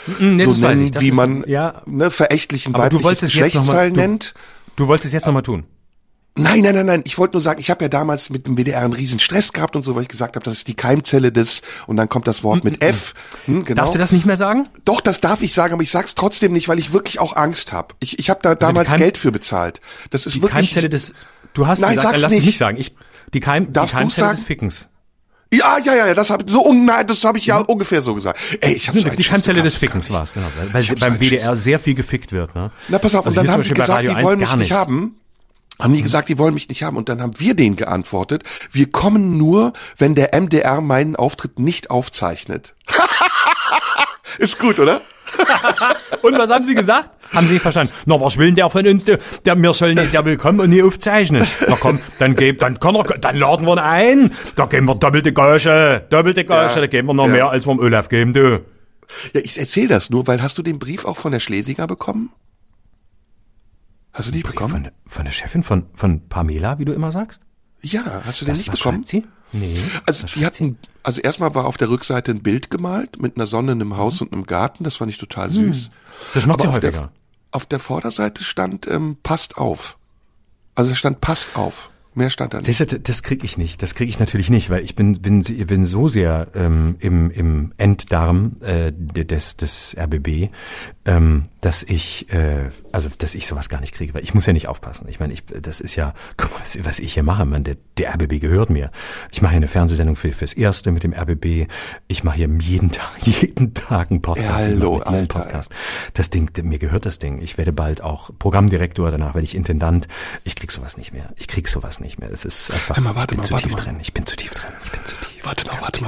nennen, wie man verächtlichen weiblichen Geschlechtsteil nennt. Du wolltest es jetzt nochmal tun. Nein. Ich wollte nur sagen, ich habe ja damals mit dem WDR einen riesen Stress gehabt und so, weil ich gesagt habe, das ist die Keimzelle des, und dann kommt das Wort mit F. Genau. Darfst du das nicht mehr sagen? Doch, das darf ich sagen, aber ich sag's trotzdem nicht, weil ich wirklich auch Angst habe. Ich habe da damals Geld für bezahlt. Das ist die wirklich... Keimzelle des... Du hast Nein, gesagt, sag's lass nicht. es nicht sagen. Die Keimzelle des Fickens. Ja, das habe ich ja ungefähr so gesagt. Ey, ich habe so die Keimzelle des Fickens war's, genau. Weil beim WDR sehr viel gefickt wird, ne? Na, pass auf, also und dann haben die gesagt, die wollen mich nicht nicht haben. Haben die gesagt, die wollen mich nicht haben. Und dann haben wir denen geantwortet, wir kommen nur, wenn der MDR meinen Auftritt nicht aufzeichnet. Ist gut, oder? Und was haben sie gesagt? Haben sie nicht verstanden? Na, was will denn der von uns? Der will kommen und nie aufzeichnen. Na komm, dann laden wir ihn ein. Da geben wir doppelte Gage, da geben wir noch mehr, als wir dem Olaf geben, du. Ja, ich erzähle das nur, weil hast du den Brief auch von der Schlesinger bekommen? Hast du nicht bekommen? Von der Chefin von Pamela, wie du immer sagst? Ja, hast du den nicht bekommen? Schreibt sie? Nee. Also erstmal war auf der Rückseite ein Bild gemalt mit einer Sonne in einem Haus und einem Garten, das fand ich total süß. Das macht sie häufiger. Auf der Vorderseite stand passt auf. Also es stand passt auf. Mehr stand da nicht. Das kriege ich nicht. Das kriege ich natürlich nicht, weil ich bin so sehr im Enddarm des RBB, dass ich sowas gar nicht kriege, weil ich muss ja nicht aufpassen. Ich meine, das ist ja, guck mal, was ich hier mache, man, der RBB gehört mir. Ich mache hier eine Fernsehsendung fürs Erste mit dem RBB. Ich mache hier jeden Tag einen Podcast. Ja, hallo, einen Podcast. Das Ding, mir gehört das Ding. Ich werde bald auch Programmdirektor, danach werde ich Intendant. Ich krieg sowas nicht mehr. Es ist einfach, ich bin zu tief drin. Warte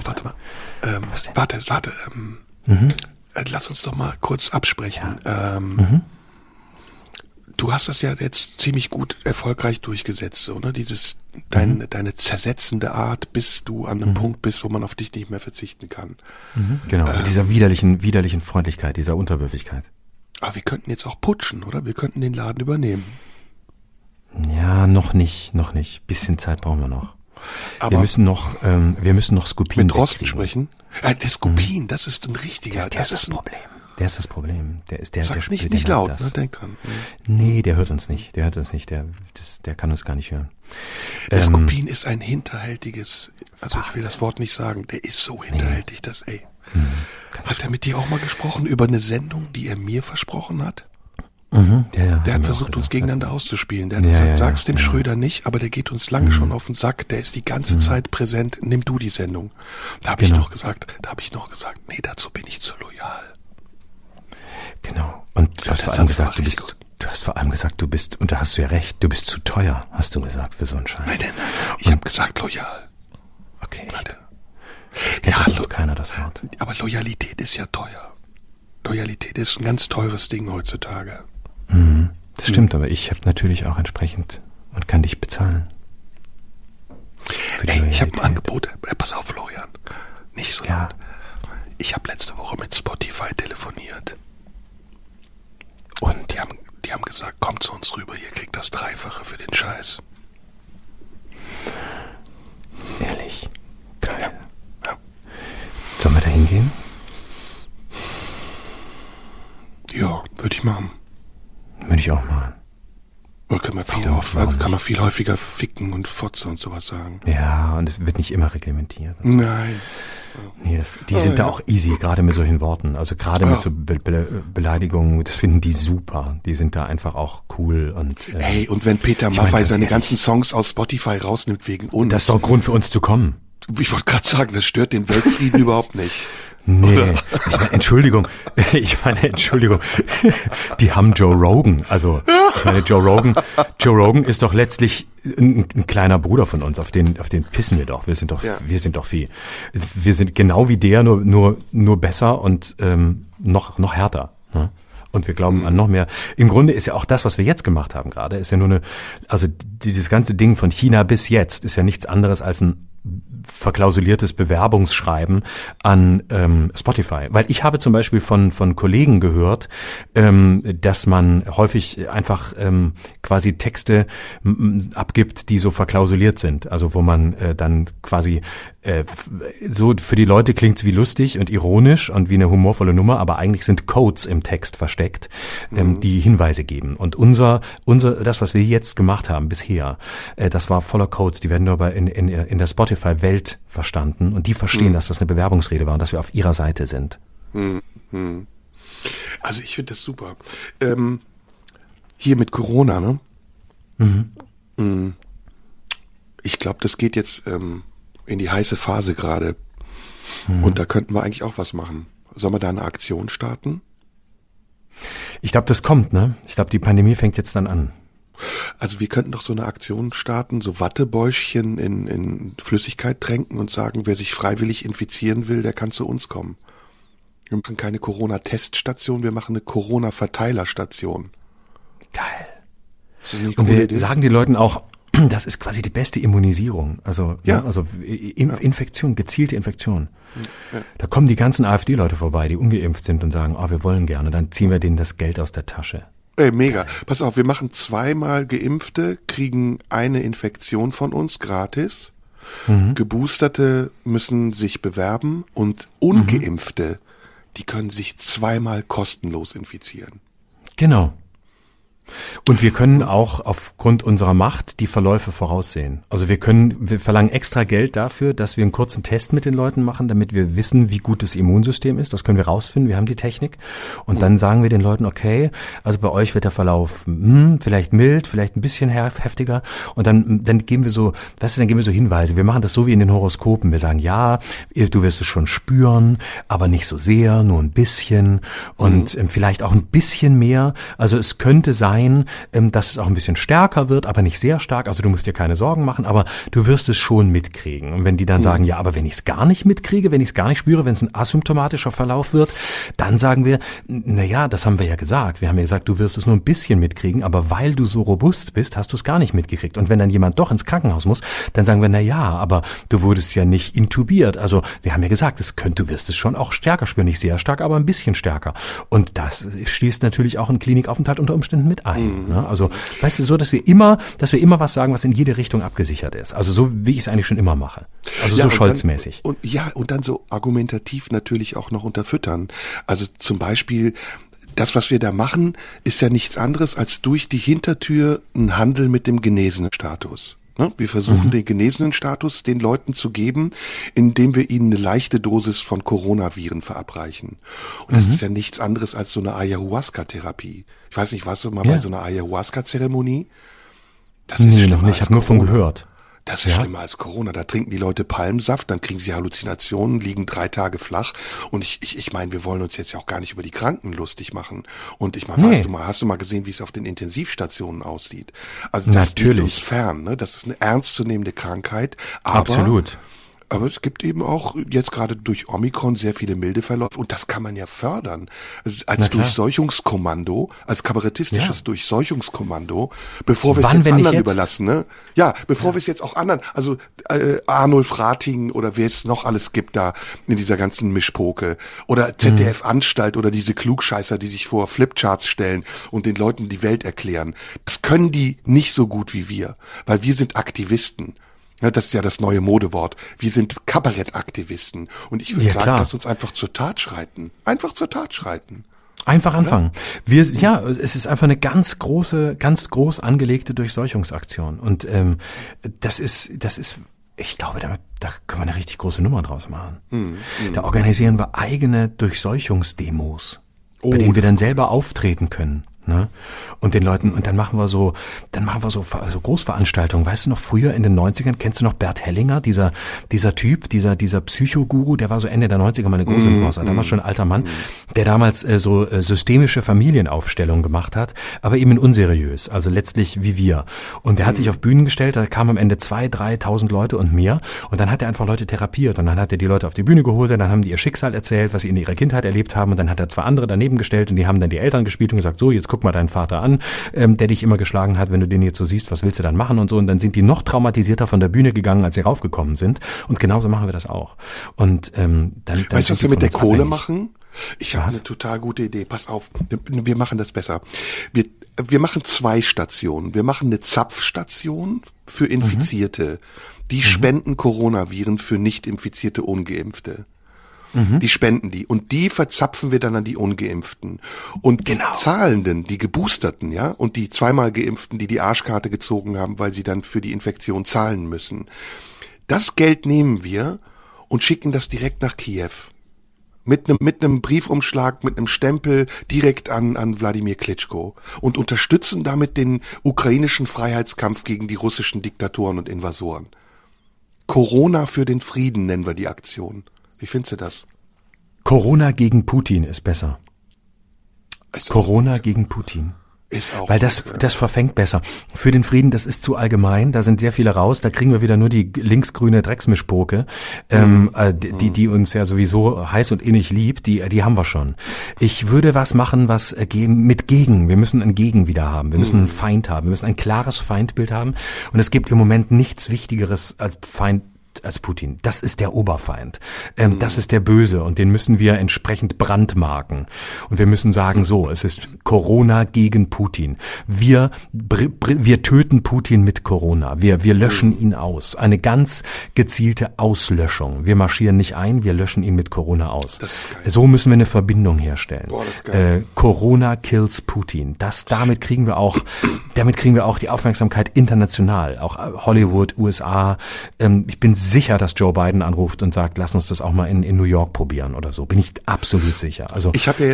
mal. Lass uns doch mal kurz absprechen. Ja. Du hast das ja jetzt ziemlich gut erfolgreich durchgesetzt, so, ne? Deine zersetzende Art, bis du an einem Punkt bist, wo man auf dich nicht mehr verzichten kann. Genau, mit dieser widerlichen Freundlichkeit, dieser Unterwürfigkeit. Aber wir könnten jetzt auch putschen, oder? Wir könnten den Laden übernehmen. Ja, noch nicht. Bisschen Zeit brauchen wir noch. Aber wir müssen noch Skopin mit Rosten sprechen. Der Skopin, das ist ein richtiger. Der ist das Problem. Sag's nicht laut, ne? Denk dran. Nee, der hört uns nicht. Der kann uns gar nicht hören. Der Skopin ist ein hinterhältiges, also ich will das Wort nicht sagen, der ist so hinterhältig, Hat er mit dir auch mal gesprochen über eine Sendung, die er mir versprochen hat? Der hat versucht, uns gegeneinander auszuspielen. Der hat gesagt, sag's dem Schröder nicht, aber der geht uns lange schon auf den Sack. Der ist die ganze Zeit präsent. Nimm du die Sendung. Da habe ich noch gesagt, nee, dazu bin ich zu loyal. Genau. Und du hast vor allem gesagt, du bist, und da hast du ja recht, du bist zu teuer, hast du gesagt, für so einen Scheiß. Nein. Ich habe gesagt loyal. Okay. Das kennt sonst keiner, das Wort. Aber Loyalität ist ja teuer. Loyalität ist ein ganz teures Ding heutzutage. Das stimmt, aber ich habe natürlich auch entsprechend und kann dich bezahlen. Ich habe ein Angebot. Pass auf, Florian. Nicht so laut. Ich habe letzte Woche mit Spotify telefoniert. Und die haben gesagt, kommt zu uns rüber, ihr kriegt das Dreifache für den Scheiß. Ehrlich? Geil. Ja. Sollen wir da hingehen? Ja, würde ich machen. Würde ich auch machen. Oder kann man viel häufiger ficken und Fotze und sowas sagen. Ja, und es wird nicht immer reglementiert. Nein. Nee, die sind da auch easy, gerade mit solchen Worten. Also gerade mit so Beleidigungen, das finden die super. Die sind da einfach auch cool. Und und wenn Peter Maffay seine ganzen Songs aus Spotify rausnimmt wegen uns. Das ist doch ein Grund für uns zu kommen. Ich wollte gerade sagen, das stört den Weltfrieden überhaupt nicht. Nee, Entschuldigung. Die haben Joe Rogan. Also, ich meine, Joe Rogan ist doch letztlich ein kleiner Bruder von uns. Auf den pissen wir doch. Wir sind genau wie der, nur besser und noch härter. Ne? Und wir glauben an noch mehr. Im Grunde ist ja auch das, was wir jetzt gemacht haben gerade, ist ja nur dieses ganze Ding von China bis jetzt ist ja nichts anderes als ein verklausuliertes Bewerbungsschreiben an Spotify. Weil ich habe zum Beispiel von Kollegen gehört, dass man häufig einfach quasi Texte abgibt, die so verklausuliert sind. Also wo man dann quasi so für die Leute klingt's wie lustig und ironisch und wie eine humorvolle Nummer, aber eigentlich sind Codes im Text versteckt, die Hinweise geben. Und das, was wir jetzt gemacht haben bisher, das war voller Codes, die werden nur in der Spotify-Welt verstanden und die verstehen, dass das eine Bewerbungsrede war und dass wir auf ihrer Seite sind. Also ich finde das super. Hier mit Corona, ne? Ich glaube, das geht jetzt in die heiße Phase gerade. Und da könnten wir eigentlich auch was machen. Sollen wir da eine Aktion starten? Ich glaube, das kommt, ne? Ich glaube, die Pandemie fängt jetzt dann an. Also wir könnten doch so eine Aktion starten, so Wattebäuschen in Flüssigkeit tränken und sagen, wer sich freiwillig infizieren will, der kann zu uns kommen. Wir machen keine Corona-Teststation, wir machen eine Corona-Verteilerstation. Geil. Und wir sagen den Leuten auch, das ist quasi die beste Immunisierung. Also, ja. Ne, also Infektion, gezielte Infektion. Ja. Da kommen die ganzen AfD-Leute vorbei, die ungeimpft sind und sagen, wir wollen gerne. Dann ziehen wir denen das Geld aus der Tasche. Ey, mega. Pass auf, wir machen 2-mal Geimpfte, kriegen eine Infektion von uns gratis. Geboosterte müssen sich bewerben und Ungeimpfte, die können sich 2-mal kostenlos infizieren. Genau. Und wir können auch aufgrund unserer Macht die Verläufe voraussehen. Also wir verlangen extra Geld dafür, dass wir einen kurzen Test mit den Leuten machen, damit wir wissen, wie gut das Immunsystem ist. Das können wir rausfinden, wir haben die Technik. Und dann sagen wir den Leuten, okay, also bei euch wird der Verlauf vielleicht mild, vielleicht ein bisschen heftiger. Und dann geben wir so, dann geben wir so Hinweise. Wir machen das so wie in den Horoskopen. Wir sagen, ja, du wirst es schon spüren, aber nicht so sehr, nur ein bisschen. Und vielleicht auch ein bisschen mehr. Also es könnte sein, dass es auch ein bisschen stärker wird, aber nicht sehr stark. Also du musst dir keine Sorgen machen, aber du wirst es schon mitkriegen. Und wenn die dann sagen, ja, aber wenn ich es gar nicht mitkriege, wenn ich es gar nicht spüre, wenn es ein asymptomatischer Verlauf wird, dann sagen wir, naja, das haben wir ja gesagt. Wir haben ja gesagt, du wirst es nur ein bisschen mitkriegen, aber weil du so robust bist, hast du es gar nicht mitgekriegt. Und wenn dann jemand doch ins Krankenhaus muss, dann sagen wir, naja, aber du wurdest ja nicht intubiert. Also wir haben ja gesagt, du wirst es schon auch stärker spüren. Nicht sehr stark, aber ein bisschen stärker. Und das schließt natürlich auch einen Klinikaufenthalt unter Umständen mit ein. Ne? Also, weißt du, so, dass wir immer was sagen, was in jede Richtung abgesichert ist. Also so, wie ich es eigentlich schon immer mache. Also ja, so Scholz-mäßig. Und dann so argumentativ natürlich auch noch unterfüttern. Also zum Beispiel, das, was wir da machen, ist ja nichts anderes als durch die Hintertür ein Handel mit dem genesenen Status. Wir versuchen den genesenen Status den Leuten zu geben, indem wir ihnen eine leichte Dosis von Coronaviren verabreichen. Und das ist ja nichts anderes als so eine Ayahuasca-Therapie. Ich weiß nicht, warst du mal bei so einer Ayahuasca-Zeremonie? Das ist noch nicht, ich habe nur von gehört. Das ist schlimmer als Corona. Da trinken die Leute Palmsaft, dann kriegen sie Halluzinationen, liegen 3 Tage flach. Und ich meine, wir wollen uns jetzt ja auch gar nicht über die Kranken lustig machen. Und ich meine, hast du mal gesehen, wie es auf den Intensivstationen aussieht? Also das liegt uns fern, ne? Das ist eine ernstzunehmende Krankheit. Absolut. Aber es gibt eben auch jetzt gerade durch Omikron sehr viele milde Verläufe und das kann man ja fördern. Also als Durchseuchungskommando, als kabarettistisches Durchseuchungskommando, bevor wir es jetzt anderen überlassen, ne? Ja, bevor wir es jetzt auch anderen, also Arnulf Rating oder wer es noch alles gibt da in dieser ganzen Mischpoke oder ZDF-Anstalt oder diese Klugscheißer, die sich vor Flipcharts stellen und den Leuten die Welt erklären. Das können die nicht so gut wie wir, weil wir sind Aktivisten. Das ist ja das neue Modewort. Wir sind Kabarettaktivisten. Und ich würde sagen, lass uns einfach zur Tat schreiten. Einfach zur Tat schreiten. Einfach anfangen. Es ist einfach eine ganz groß angelegte Durchseuchungsaktion. Und das ist, ich glaube, da können wir eine richtig große Nummer draus machen. Da organisieren wir eigene Durchseuchungsdemos, bei denen wir dann selber auftreten können. Ne? Und den Leuten, und dann machen wir so Großveranstaltungen. Weißt du noch, früher in den 90ern, kennst du noch Bert Hellinger, dieser Typ, dieser Psychoguru, der war so Ende der 90er mal eine große Influencer, damals schon ein alter Mann, der damals so systemische Familienaufstellungen gemacht hat, aber eben unseriös, also letztlich wie wir. Und der hat sich auf Bühnen gestellt, da kamen am Ende 2.000, 3.000 Leute und mehr, und dann hat er einfach Leute therapiert, und dann hat er die Leute auf die Bühne geholt, und dann haben die ihr Schicksal erzählt, was sie in ihrer Kindheit erlebt haben, und dann hat er 2 andere daneben gestellt, und die haben dann die Eltern gespielt und gesagt, so, jetzt guck mal deinen Vater an, der dich immer geschlagen hat, wenn du den jetzt so siehst, was willst du dann machen und so, und dann sind die noch traumatisierter von der Bühne gegangen, als sie raufgekommen sind, und genauso machen wir das auch. Und dann weißt du, was wir mit der Kohle machen? Ich habe eine total gute Idee. Pass auf, wir machen das besser. Wir machen 2 Stationen. Wir machen eine Zapfstation für Infizierte. Die spenden Coronaviren für nicht infizierte Ungeimpfte. Die spenden die. Und die verzapfen wir dann an die Ungeimpften. Und die Zahlenden, die Geboosterten, ja, und die 2-mal Geimpften, die Arschkarte gezogen haben, weil sie dann für die Infektion zahlen müssen. Das Geld nehmen wir und schicken das direkt nach Kiew. Mit einem Briefumschlag, mit einem Stempel direkt an Wladimir Klitschko und unterstützen damit den ukrainischen Freiheitskampf gegen die russischen Diktatoren und Invasoren. Corona für den Frieden nennen wir die Aktion. Wie findest du das? Corona gegen Putin ist besser. Corona gegen Putin. Ist auch. Weil das verfängt besser. Für den Frieden, das ist zu allgemein, da sind sehr viele raus, da kriegen wir wieder nur die linksgrüne Drecksmischpoke, die uns ja sowieso heiß und innig liebt, die haben wir schon. Ich würde was machen, was mit Gegen, wir müssen ein Gegen wieder haben, wir müssen einen Feind haben, wir müssen ein klares Feindbild haben und es gibt im Moment nichts Wichtigeres als Putin. Das ist der Oberfeind. Das ist der Böse und den müssen wir entsprechend brandmarken. Und wir müssen sagen, so, es ist Corona gegen Putin. Wir töten Putin mit Corona. Wir löschen ihn aus. Eine ganz gezielte Auslöschung. Wir marschieren nicht ein, wir löschen ihn mit Corona aus. Das ist geil. So müssen wir eine Verbindung herstellen. Boah, das ist geil. Corona kills Putin. Damit kriegen wir auch die Aufmerksamkeit international. Auch Hollywood, USA. Ich bin sicher, dass Joe Biden anruft und sagt, lass uns das auch mal in New York probieren oder so. Bin ich absolut sicher. Also ich habe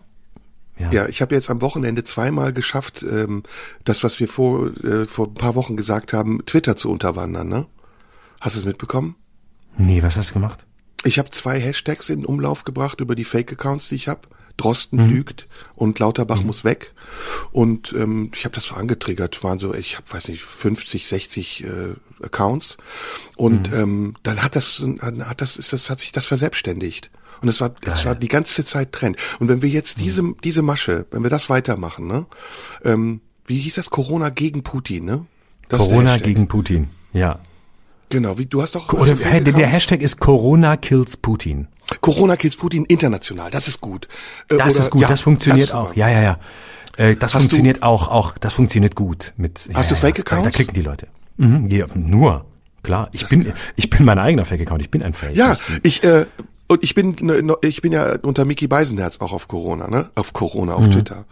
ich habe jetzt am Wochenende 2-mal geschafft, das, was wir vor ein paar Wochen gesagt haben, Twitter zu unterwandern. Ne? Hast du es mitbekommen? Nee, was hast du gemacht? Ich habe 2 Hashtags in Umlauf gebracht über die Fake-Accounts, die ich habe. Drosten lügt und Lauterbach muss weg. Und ich habe das so angetriggert, waren so, ich habe, weiß nicht, 50, 60 Accounts. Und dann hat sich das verselbstständigt. Und es war die ganze Zeit Trend. Und wenn wir jetzt diese Masche, wenn wir das weitermachen, ne, wie hieß das? Corona gegen Putin, ne? Das Corona gegen Putin, ja. Genau, du hast doch... Oder der Hashtag ist Corona kills Putin. Corona kills Putin international, das ist gut. Das ist gut, das funktioniert auch. Ja. Das funktioniert auch, das funktioniert gut. Hast du Fake-Accounts? Da klicken die Leute. Ja, nur, klar. Ich bin mein eigener Fake-Account, ich bin ein Fake. Ja, ich bin ja unter Micky Beisenherz auch auf Corona, ne? Auf Twitter.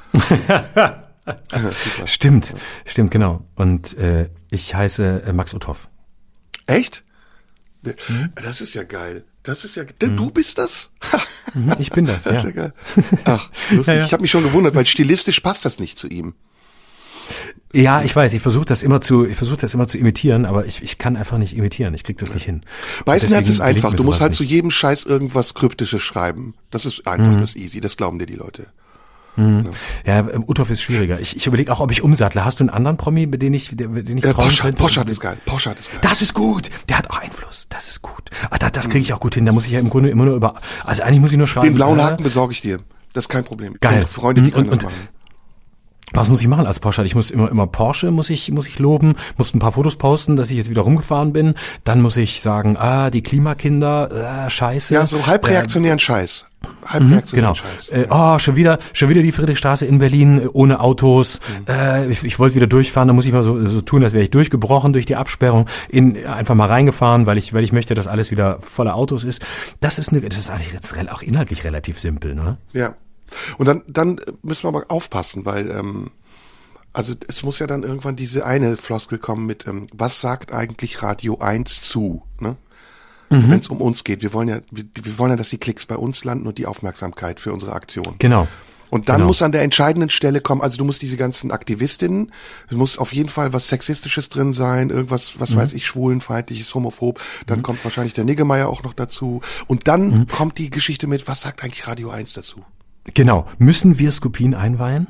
Stimmt, genau. Und ich heiße Max Uthoff. Echt? Das ist ja geil. Du bist das? Ich bin das, ja. Das ist ja geil. Ach, lustig. Ja. Ich habe mich schon gewundert, weil stilistisch passt das nicht zu ihm. Ja, ich weiß, ich versuche das immer zu imitieren, aber ich kann einfach nicht imitieren, ich krieg das nicht hin. Beisenherz ist einfach, du musst halt zu jedem Scheiß irgendwas Kryptisches schreiben. Das ist einfach das easy, das glauben dir die Leute. Ja, Uthoff ist schwieriger. Ich überlege auch, ob ich umsattle. Hast du einen anderen Promi, den ich trauen könnte? Poschardt ist geil. Das ist gut. Der hat auch Einfluss. Das ist gut. Aber das kriege ich auch gut hin. Da muss ich ja im Grunde immer nur also eigentlich muss ich nur schreiben. Den blauen Haken besorge ich dir. Das ist kein Problem. Geil. Freunde, die können das machen. Was muss ich machen als Porsche? Ich muss immer Porsche muss ich loben, muss ein paar Fotos posten, dass ich jetzt wieder rumgefahren bin. Dann muss ich sagen, die Klimakinder, scheiße. Ja, so halbreaktionären Scheiß. Genau. Scheiß. Schon wieder die Friedrichstraße in Berlin ohne Autos. Ich wollte wieder durchfahren, da muss ich mal so tun, als wäre ich durchgebrochen durch die Absperrung, einfach mal reingefahren, weil ich möchte, dass alles wieder voller Autos ist. Das ist eigentlich jetzt auch inhaltlich relativ simpel, ne? Ja. Und dann müssen wir aber aufpassen, weil also es muss ja dann irgendwann diese eine Floskel kommen mit was sagt eigentlich Radio 1 zu, ne? Wenn es um uns geht. Wir wollen ja, dass die Klicks bei uns landen und die Aufmerksamkeit für unsere Aktion. Genau. Und dann muss an der entscheidenden Stelle kommen, also du musst diese ganzen Aktivistinnen, es muss auf jeden Fall was Sexistisches drin sein, irgendwas, was weiß ich, schwulenfeindliches, homophob, dann kommt wahrscheinlich der Niggemeier auch noch dazu und dann kommt die Geschichte mit, was sagt eigentlich Radio 1 dazu? Genau. Müssen wir Skupin einweihen?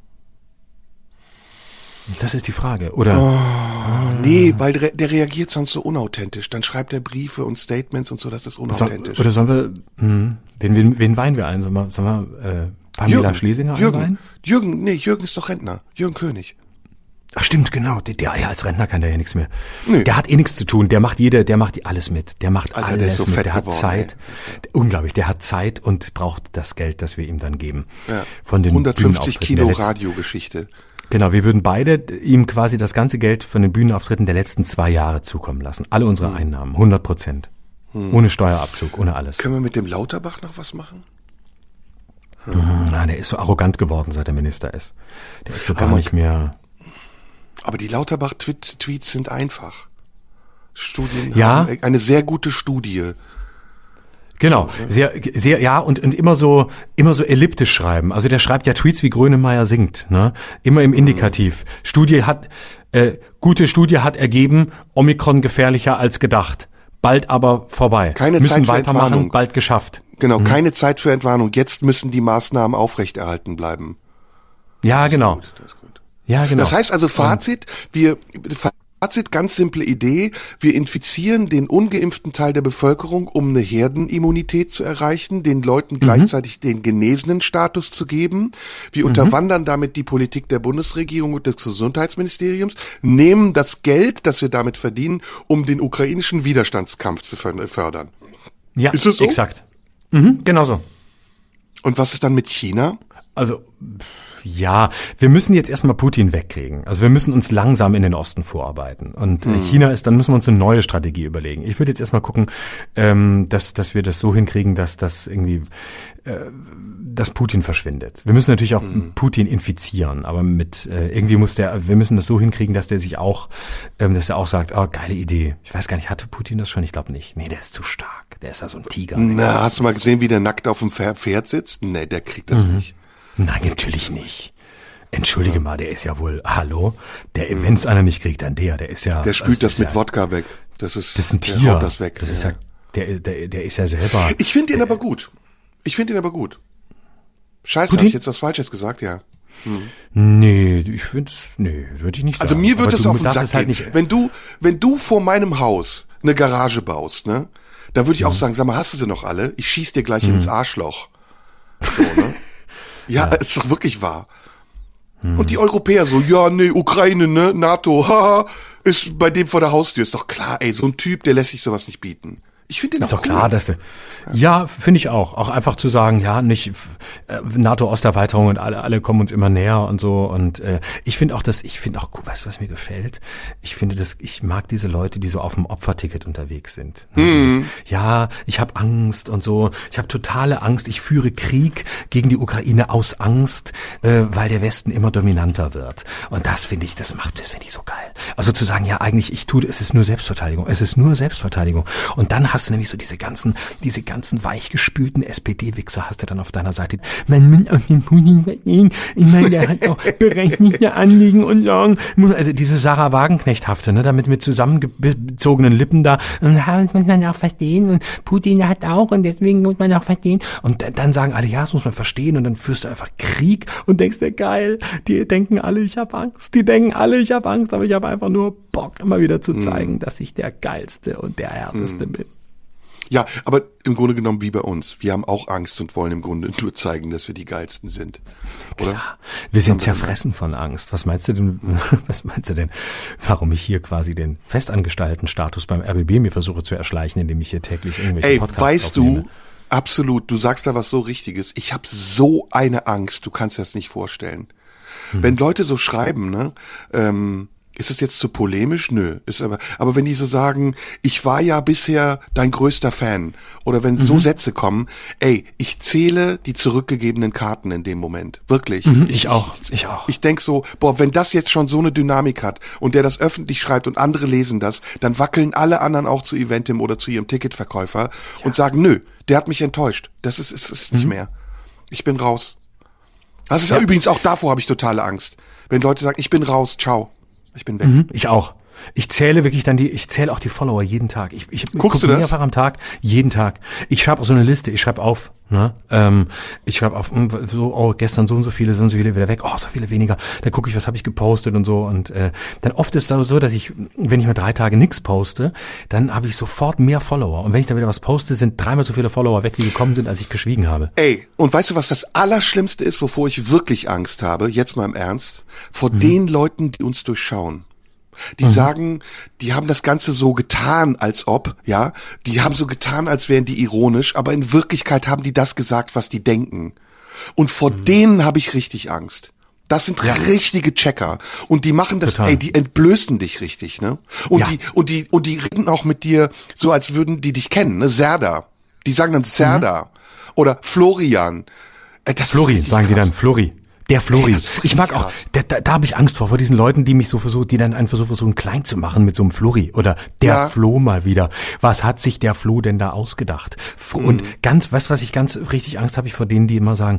Das ist die Frage, oder? Nee, weil der reagiert sonst so unauthentisch. Dann schreibt er Briefe und Statements und so, das ist unauthentisch. Oder sollen wir, wen weihen wir ein? Sollen wir Pamela Schlesinger einweihen? Jürgen ist doch Rentner. Jürgen König. Ach stimmt, genau. Der als Rentner kann der ja nichts mehr. Nö. Der hat eh nichts zu tun. Der macht alles mit. Der macht Alter, alles der ist so mit. fett Der hat geworden, Zeit. Unglaublich. Der hat Zeit und braucht das Geld, das wir ihm dann geben. Ja. Von den 150 Bühnenauftritten Kilo der letzten- Radiogeschichte. Genau, wir würden beide ihm quasi das ganze Geld von den Bühnenauftritten der letzten 2 Jahre zukommen lassen. Alle unsere Einnahmen, 100%. Ohne Steuerabzug, ohne alles. Können wir mit dem Lauterbach noch was machen? Na, der ist so arrogant geworden, seit er Minister ist. Der ist so gar man- nicht mehr... Aber die Lauterbach-Tweets sind einfach. Studien Ja. haben eine sehr gute Studie. Genau, sehr, ja, und immer so elliptisch schreiben. Also der schreibt ja Tweets wie Grönemeyer singt, ne? Immer im Indikativ. Gute Studie hat ergeben, Omikron gefährlicher als gedacht. Bald aber vorbei. Keine Müssen Zeit für weitermachen, Entwarnung. bald geschafft. Genau, keine Zeit für Entwarnung. Jetzt müssen die Maßnahmen aufrechterhalten bleiben. Ja, genau. Das ist gut. Ja, genau. Das heißt also Fazit, ganz simple Idee, wir infizieren den ungeimpften Teil der Bevölkerung, um eine Herdenimmunität zu erreichen, den Leuten gleichzeitig den genesenen Status zu geben. Wir unterwandern damit die Politik der Bundesregierung und des Gesundheitsministeriums, nehmen das Geld, das wir damit verdienen, um den ukrainischen Widerstandskampf zu fördern. ja, ist es so? Exakt. Genau so. Und was ist dann mit China? Also, ja, wir müssen jetzt erstmal Putin wegkriegen. Also wir müssen uns langsam in den Osten vorarbeiten. Und China ist, dann müssen wir uns eine neue Strategie überlegen. Ich würde jetzt erstmal gucken, dass wir das so hinkriegen, dass das irgendwie, dass Putin verschwindet. Wir müssen natürlich auch Putin infizieren, aber irgendwie wir müssen das so hinkriegen, dass der sich auch, dass er auch sagt, oh, geile Idee. Ich weiß gar nicht, hatte Putin das schon? Ich glaube nicht. Nee, der ist zu stark. Der ist ja so ein Tiger. Na, hast du mal gesehen, wie der nackt auf dem Pferd sitzt? Nee, der kriegt das nicht. Nein, natürlich nicht. Entschuldige mal, der ist ja wohl, hallo? Wenn es einer nicht kriegt, dann der ist ja... Der spült das mit ja, Wodka weg. Das ist ein der Tier. haut das weg. Das ist ja, der ist ja selber... Ich finde ihn aber gut. Scheiße, Putin? habe ich jetzt was Falsches gesagt? Ja. Nee, würde ich nicht sagen. Also mir wird Aber es du auf den darfst Sack es halt gehen. nicht, Wenn du vor meinem Haus eine Garage baust, ne? Da würde ich auch sagen, sag mal, hast du sie noch alle? Ich schieß dir gleich ins Arschloch. So, ne? Ja, ist doch wirklich wahr. Und die Europäer so, ja, nee, Ukraine, ne, NATO, haha, ist bei dem vor der Haustür. Ist doch klar, ey, so ein Typ, der lässt sich sowas nicht bieten. Ich finde den ist auch doch cool. klar, dass der, ja, finde ich auch. Auch einfach zu sagen, ja, nicht NATO-Osterweiterung und alle kommen uns immer näher und so. Und ich finde auch cool, weißt du, was mir gefällt? Ich mag diese Leute, die so auf dem Opferticket unterwegs sind. Ja, ich habe Angst und so. Ich habe totale Angst. Ich führe Krieg gegen die Ukraine aus Angst, weil der Westen immer dominanter wird. Und das finde ich so geil. Also zu sagen, ja, eigentlich es ist nur Selbstverteidigung. Es ist nur Selbstverteidigung. Und dann hast du nämlich so diese ganzen weichgespülten SPD-Wichser hast du dann auf deiner Seite. Man muss auf den Putin verstehen. Ich meine, der hat auch berechtigte Anliegen und Sorgen. Also diese Sarah Wagenknecht-hafte, ne, damit mit zusammengezogenen Lippen da, das muss man auch verstehen und Putin hat auch und deswegen muss man auch verstehen. Und dann sagen alle, ja, das muss man verstehen und dann führst du einfach Krieg und denkst dir, geil, die denken alle, ich habe Angst. Die denken alle, ich habe Angst, aber ich habe einfach nur Bock, immer wieder zu zeigen, dass ich der Geilste und der Härteste bin. Ja, aber im Grunde genommen wie bei uns. Wir haben auch Angst und wollen im Grunde nur zeigen, dass wir die Geilsten sind. Oder? Klar. Wir sind zerfressen von Angst. Was meinst du denn, warum ich hier quasi den Festangestellten-Status beim RBB mir versuche zu erschleichen, indem ich hier täglich irgendwelche Podcasts weißt aufnehme? du, absolut, du sagst da was so Richtiges. Ich habe so eine Angst, du kannst dir das nicht vorstellen. Wenn Leute so schreiben, ne, ist es jetzt zu polemisch? Nö. Aber wenn die so sagen, ich war ja bisher dein größter Fan, oder wenn so Sätze kommen, ey, ich zähle die zurückgegebenen Karten in dem Moment. Wirklich. Ich auch. Ich denk so, boah, wenn das jetzt schon so eine Dynamik hat und der das öffentlich schreibt und andere lesen das, dann wackeln alle anderen auch zu Eventim oder zu ihrem Ticketverkäufer und sagen, nö, der hat mich enttäuscht. Das ist nicht mehr. Ich bin raus. Das ist übrigens auch davor habe ich totale Angst. Wenn Leute sagen, ich bin raus, ciao. Ich bin weg. Ich auch. Ich zähle wirklich ich zähle auch die Follower jeden Tag. Ich Guckst du das? Mehrfach am Tag, jeden Tag. Ich schreibe auch so eine Liste, ich schreibe auf, ne? Ich schreibe auf, gestern so und so viele wieder weg, so viele weniger. Dann gucke ich, was habe ich gepostet und so. Und dann oft ist es so, dass wenn ich mal 3 Tage nichts poste, dann habe ich sofort mehr Follower. Und wenn ich dann wieder was poste, sind 3-mal so viele Follower weg, wie gekommen sind, als ich geschwiegen habe. Ey, und weißt du, was das Allerschlimmste ist, wovor ich wirklich Angst habe, jetzt mal im Ernst? Vor den Leuten, die uns durchschauen. Die sagen, die haben das Ganze so getan, als ob, ja, die haben so getan, als wären die ironisch, aber in Wirklichkeit haben die das gesagt, was die denken. Und vor denen habe ich richtig Angst. Das sind richtige Checker. Und die machen das, Total. die entblößen dich richtig, ne? Und die reden auch mit dir so, als würden die dich kennen, ne? Serda. Die sagen dann Serda. Oder Florian. Flori, sagen die dann, Flori. Der Flori. Ey, Ich mag auch, da habe ich Angst vor diesen Leuten, die mich die dann einfach so versuchen, klein zu machen mit so einem Flori. Oder der Flo mal wieder. Was hat sich der Flo denn da ausgedacht? Und was ich ganz richtig Angst habe, ich vor denen, die immer sagen,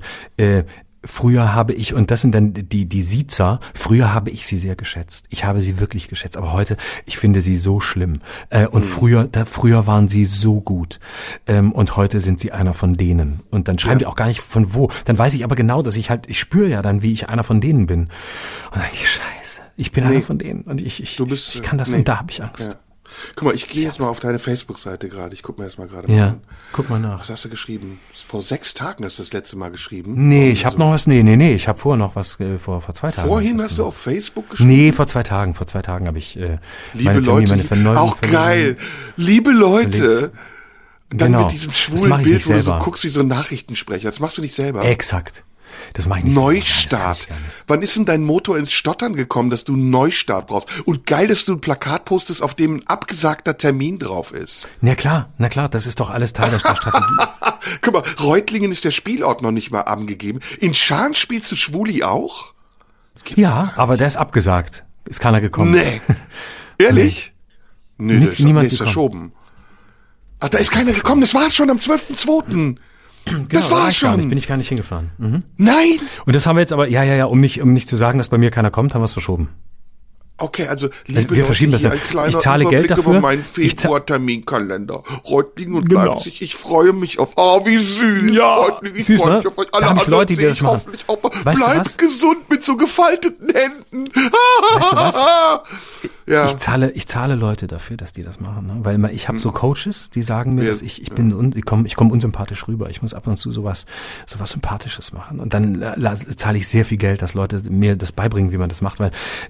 früher habe ich, und das sind dann die Siezer, früher habe ich sie sehr geschätzt. Ich habe sie wirklich geschätzt, aber heute, ich finde sie so schlimm. Und früher waren sie so gut. Und heute sind sie einer von denen. Und dann schreiben die auch gar nicht von wo. Dann weiß ich aber genau, dass ich spüre ja dann, wie ich einer von denen bin. Und dann denke ich, scheiße, ich bin einer von denen. Und ich kann das, und da habe ich Angst. Ja. Guck mal, ich gehe jetzt mal auf deine Facebook-Seite gerade. Ich guck mir das mal gerade Ja, an. guck mal nach. Was hast du geschrieben? Vor 6 Tagen hast du das letzte Mal geschrieben. Nee, ich habe noch was, nee, ich habe vorher noch was, vor 2 Tagen. Vorhin hast du auf Facebook geschrieben? Nee, vor 2 Tagen habe ich Liebe Leute, auch geil. Liebe Leute. Dann genau. mit diesem schwulen Bild, wo du so guckst wie so ein Nachrichtensprecher. Das machst du nicht selber. Exakt. Das mache ich nicht. Neustart. Selber. Wann ist denn dein Motor ins Stottern gekommen, dass du einen Neustart brauchst? Und geil, dass du ein Plakat postest, auf dem ein abgesagter Termin drauf ist. Na klar, das ist doch alles Teil der Strategie. Guck mal, Reutlingen ist der Spielort noch nicht mal angegeben. In Schaan spielst du Schwuli auch? Ja, aber der ist abgesagt. Ist keiner gekommen. Nee. Ehrlich? Nee, der ist niemand verschoben. Ach, da ist keiner gekommen. Das war schon am 12.2. Das Genau, war schon. Bin ich gar nicht hingefahren. Mhm. Nein. Und das haben wir jetzt aber, um nicht zu sagen, dass bei mir keiner kommt, haben wir es verschoben. Okay, also liebe wir verschieben Leute, das hier ja. ein kleiner Ich zahle Überblick Geld dafür. über meinen Februar-Terminkalender. Reutlingen und Genau. Leipzig, ich freue mich auf, wie süß. Ja, Reutlingen, ich süß, freue ne? mich auf euch. Da Alle hab ich anderen Leute, die sehe das ich machen. hoffentlich auch mal. Weißt du Bleibt was? gesund mit so gefalteten Händen. Weißt du was? Ja. Ich zahle Leute dafür, dass die das machen, ne? Weil ich habe so Coaches, die sagen mir, dass ich komme unsympathisch rüber. Ich muss ab und zu sowas Sympathisches machen. Und dann zahle ich sehr viel Geld, dass Leute mir das beibringen, wie man das macht, weil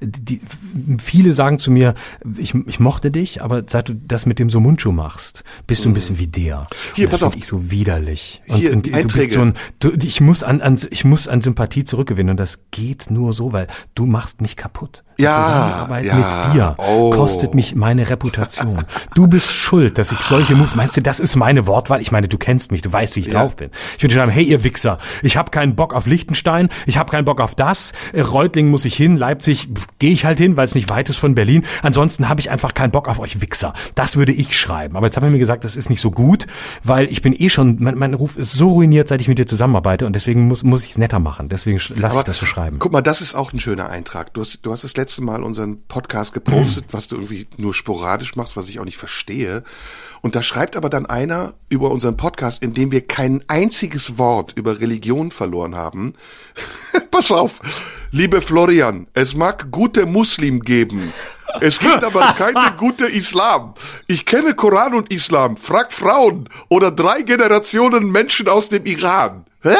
viele sagen zu mir, ich mochte dich, aber seit du das mit dem Somunchu machst, bist du ein bisschen wie der. Hier, und das pass auf. finde ich so widerlich. Hier, und du Einträge. bist ich muss an Sympathie zurückgewinnen und das geht nur so, weil du machst mich kaputt. Die Zusammenarbeit mit dir kostet mich meine Reputation. Du bist schuld, dass ich solche Moves, meinst du, das ist meine Wortwahl? Ich meine, du kennst mich, du weißt, wie ich drauf bin. Ich würde schreiben, hey, ihr Wichser, ich habe keinen Bock auf Liechtenstein, ich habe keinen Bock auf das, Reutlingen muss ich hin, Leipzig gehe ich halt hin, weil es nicht weit ist von Berlin. Ansonsten habe ich einfach keinen Bock auf euch Wichser. Das würde ich schreiben. Aber jetzt hat er mir gesagt, das ist nicht so gut, weil ich bin schon, mein Ruf ist so ruiniert, seit ich mit dir zusammenarbeite und deswegen muss ich es netter machen. Deswegen lasse ich das so schreiben. Guck mal, das ist auch ein schöner Eintrag. Du hast das letzte Mal unseren Podcast gepostet, was du irgendwie nur sporadisch machst, was ich auch nicht verstehe. Und da schreibt aber dann einer über unseren Podcast, in dem wir kein einziges Wort über Religion verloren haben. Pass auf, liebe Florian, es mag gute Muslim geben. Es gibt aber keine gute Islam. Ich kenne Koran und Islam. Frag Frauen oder 3 Generationen Menschen aus dem Iran. Hä?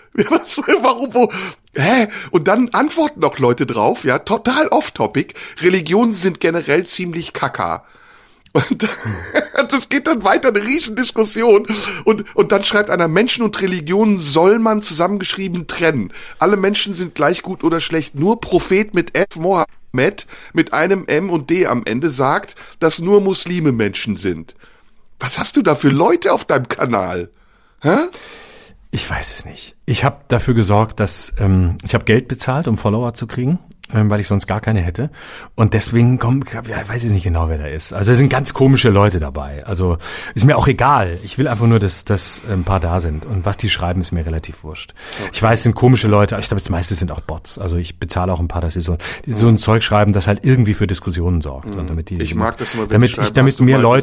Warum? Hä? Und dann antworten noch Leute drauf, ja, total off-topic. Religionen sind generell ziemlich kaka. Und das geht dann weiter, eine Riesendiskussion. Und dann schreibt einer, Menschen und Religionen soll man zusammengeschrieben trennen. Alle Menschen sind gleich gut oder schlecht. Nur Prophet mit F. Mohammed mit einem M und D am Ende sagt, dass nur Muslime Menschen sind. Was hast du da für Leute auf deinem Kanal? Hä? Ich weiß es nicht. Ich habe dafür gesorgt, dass ich habe Geld bezahlt, um Follower zu kriegen. weil ich sonst gar keine hätte. Und deswegen weiß ich nicht genau, wer da ist. Also es sind ganz komische Leute dabei. Also ist mir auch egal. Ich will einfach nur, dass ein paar da sind. Und was die schreiben, ist mir relativ wurscht. Okay. Ich weiß, es sind komische Leute, aber ich glaube, das meiste sind auch Bots. Also ich bezahle auch ein paar, dass sie so ein Zeug schreiben, das halt irgendwie für Diskussionen sorgt. Und damit ich mag das immer, wenn damit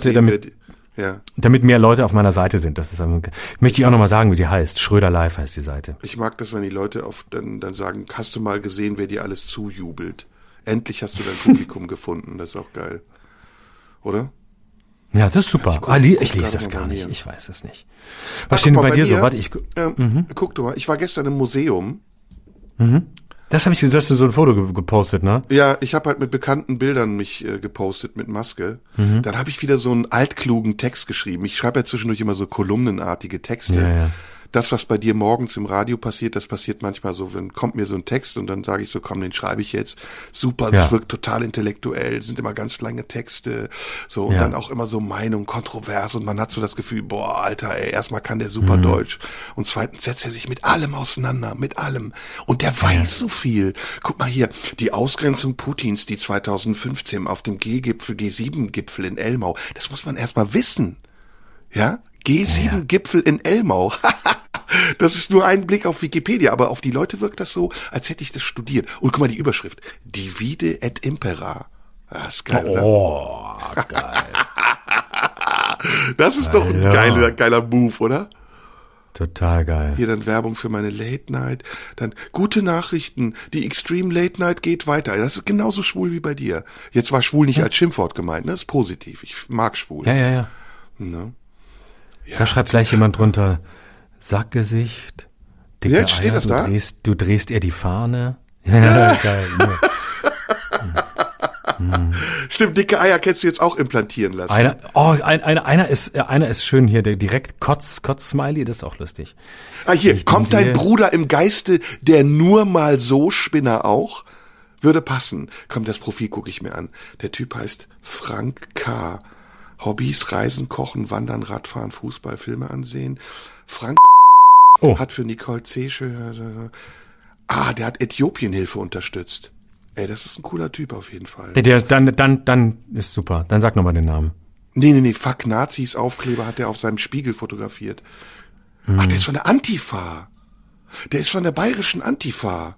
mehr Leute auf meiner Seite sind. Das ist möchte ich auch nochmal sagen, wie sie heißt. Schröder Live heißt die Seite. Ich mag das, wenn die Leute dann sagen, hast du mal gesehen, wer dir alles zujubelt? Endlich hast du dein Publikum gefunden. Das ist auch geil. Oder? Ja, das ist super. Ich lese das gar nicht. Ich weiß es nicht. Was steht denn bei dir so? Warte, guck du mal, ich war gestern im Museum. Mhm. Das habe ich gesehen, hast du so ein Foto gepostet, ne? Ja, ich habe halt mit bekannten Bildern mich gepostet mit Maske. Mhm. Dann habe ich wieder so einen altklugen Text geschrieben. Ich schreibe ja zwischendurch immer so kolumnenartige Texte. Ja. Das, was bei dir morgens im Radio passiert, das passiert manchmal so, wenn kommt mir so ein Text und dann sage ich so, komm, den schreibe ich jetzt. Super, das wirkt total intellektuell, sind immer ganz lange Texte, so und dann auch immer so Meinung, kontrovers und man hat so das Gefühl, boah, Alter, ey, erstmal kann der super Deutsch und zweitens setzt er sich mit allem auseinander, mit allem und der weiß so viel. Guck mal hier, die Ausgrenzung Putins, die 2015 auf dem G7-Gipfel in Elmau, das muss man erstmal wissen, ja? G7-Gipfel in Elmau. Das ist nur ein Blick auf Wikipedia, aber auf die Leute wirkt das so, als hätte ich das studiert. Und guck mal, die Überschrift. Divide et impera. Das ist geil, oder? Oh, geil. Das ist doch ein geiler Move, oder? Total geil. Hier dann Werbung für meine Late Night. Dann gute Nachrichten. Die Extreme Late Night geht weiter. Das ist genauso schwul wie bei dir. Jetzt war schwul nicht als Schimpfwort gemeint, ne? Das ist positiv. Ich mag schwul. Ja. Ne? Ja, da schreibt gleich jemand drunter, Sackgesicht, dicke Jetzt steht Eier, das da? Du drehst ihr die Fahne. Ja, geil. Stimmt, dicke Eier kannst du jetzt auch implantieren lassen. Einer ist schön hier, der direkt Kotz-Smiley, das ist auch lustig. Hier, kommt dein Bruder im Geiste, der nur mal so Spinner auch? Würde passen. Komm, das Profil gucke ich mir an. Der Typ heißt Frank K., Hobbys, Reisen, Kochen, Wandern, Radfahren, Fußball, Filme ansehen. Frank hat für Nicole C. Der hat Äthiopienhilfe unterstützt. Ey, das ist ein cooler Typ auf jeden Fall. Dann ist super. Dann sag nochmal den Namen. Nee, Fuck Nazis Aufkleber hat er auf seinem Spiegel fotografiert. Ach, der ist von der Antifa. Der ist von der bayerischen Antifa.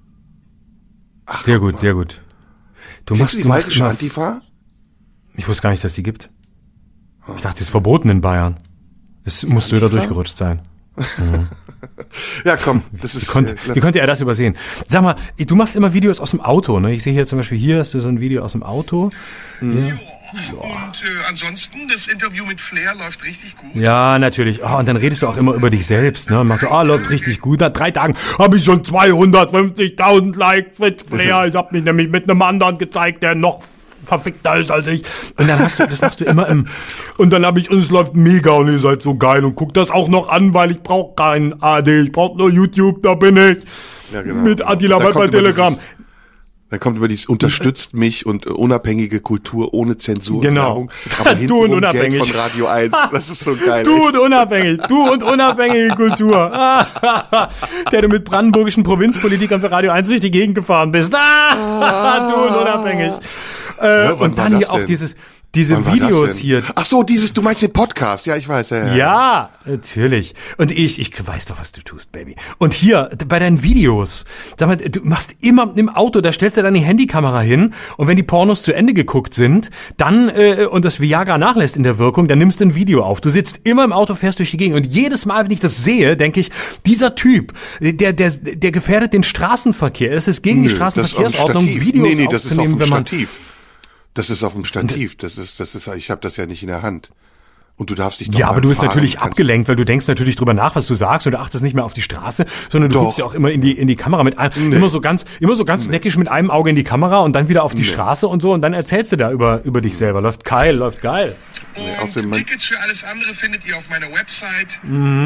Ach, sehr gut. Kennst du die bayerische Antifa? Ich wusste gar nicht, dass die gibt. Ich dachte, die ist verboten in Bayern. Es musste da durchgerutscht sein. Mhm. Ja, komm, das ist... Wie konnte er das übersehen? Sag mal, du machst immer Videos aus dem Auto, ne? Ich sehe hier zum Beispiel, hier hast du so ein Video aus dem Auto. Mhm. Ja. Und ansonsten, das Interview mit Flair läuft richtig gut. Ja, natürlich. Und dann redest du auch immer über dich selbst, ne? Und machst so, läuft richtig gut. Nach 3 Tagen habe ich schon 250.000 Likes mit Flair. Ich habe mich nämlich mit einem anderen gezeigt, der noch verfickter ist als ich. Und dann das machst du immer und dann habe ich, und es läuft mega und ihr seid so geil und guckt das auch noch an, weil ich brauche keinen AD, ich brauche nur YouTube, da bin ich. Ja, genau. Mit Attila bei Telegram. Dann kommt über dieses unterstützt mich und unabhängige Kultur ohne Zensur. Genau. Und Werbung, aber du und unabhängig. Geld von Radio 1. Das ist so geil. Du und unabhängige Kultur. Der du mit brandenburgischen Provinzpolitikern für Radio 1 durch die Gegend gefahren bist. Du und unabhängig. Und dann hier auch diese Videos hier. Ach so, du meinst den Podcast. Ja, ich weiß. Ja, natürlich. Und ich weiß doch, was du tust, Baby. Und hier, bei deinen Videos, sag mal, du machst immer im Auto, da stellst du dann die Handykamera hin und wenn die Pornos zu Ende geguckt sind, dann, und das Viagra nachlässt in der Wirkung, dann nimmst du ein Video auf. Du sitzt immer im Auto, fährst durch die Gegend und jedes Mal, wenn ich das sehe, denke ich, dieser Typ, der gefährdet den Straßenverkehr. Es ist gegen die Straßenverkehrsordnung, Videos aufzunehmen, wenn man... Das ist auf dem Stativ. Ich habe das ja nicht in der Hand. Und du darfst dich doch Ja, aber du bist natürlich abgelenkt, weil du denkst natürlich drüber nach, was du sagst und du achtest nicht mehr auf die Straße, sondern du guckst ja auch immer in die Kamera mit einem, immer so ganz neckisch mit einem Auge in die Kamera und dann wieder auf die Straße und so und dann erzählst du da über dich selber. Läuft geil. Und Tickets für alles andere findet ihr auf meiner Website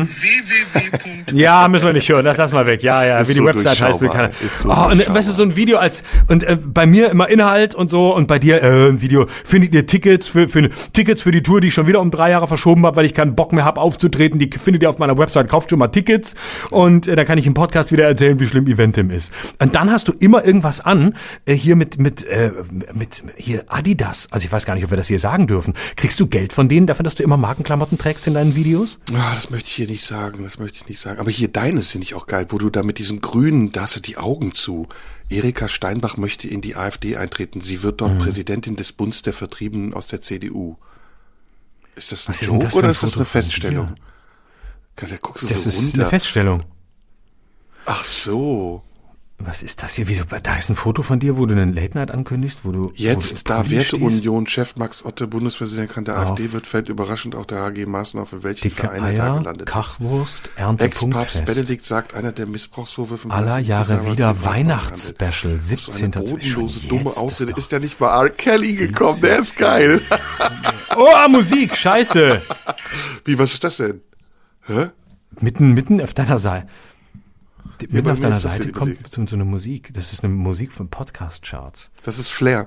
www. Ja, müssen wir nicht hören, das lass mal weg. Ja, wie die Website heißt, will keiner. Und weißt du, so ein Video bei mir immer Inhalt und so und bei dir ein Video, findet ihr Tickets für die Tour, die ich schon wieder um 3 Jahre Jahre verschoben habe, weil ich keinen Bock mehr habe aufzutreten. Die findet ihr auf meiner Website, kauft schon mal Tickets und dann kann ich im Podcast wieder erzählen, wie schlimm Eventim ist. Und dann hast du immer irgendwas an, hier mit hier Adidas. Also ich weiß gar nicht, ob wir das hier sagen dürfen. Kriegst du Geld von denen dafür, dass du immer Markenklamotten trägst in deinen Videos? Das möchte ich hier nicht sagen, Aber hier deines finde ich auch geil, wo du da mit diesen Grünen, da hast du die Augen zu. Erika Steinbach möchte in die AfD eintreten. Sie wird dort Präsidentin des Bundes der Vertriebenen aus der CDU. Ist das ein Joke oder ist das eine Feststellung? Da guckst du das so ist runter. Eine Feststellung. Ach so. Was ist das hier? Wieso? Da ist ein Foto von dir, wo du einen Late-Night ankündigst, wo du Da Werteunion, Chef Max Otte, Bundespräsident der AfD, wird fällt überraschend auch der HG Maaßen auf, in welchen Verein er da gelandet ist. Kachwurst, Erntepunktfest. Ex-Papst Benedikt sagt, einer der Missbrauchsvorwürfe aller Jahre wieder Weihnachtsspecial, 17. bodenlose, dumme Ausrede. Ist ja nicht mal R. Kelly gekommen, der ist geil. Oh, Musik, scheiße. Wie, was ist das denn? Hä? Mitten auf deiner Seite. Mitten auf mir deiner ist das Seite hier die kommt Musik. so eine Musik. Das ist eine Musik von Podcast-Charts. Das ist Flair.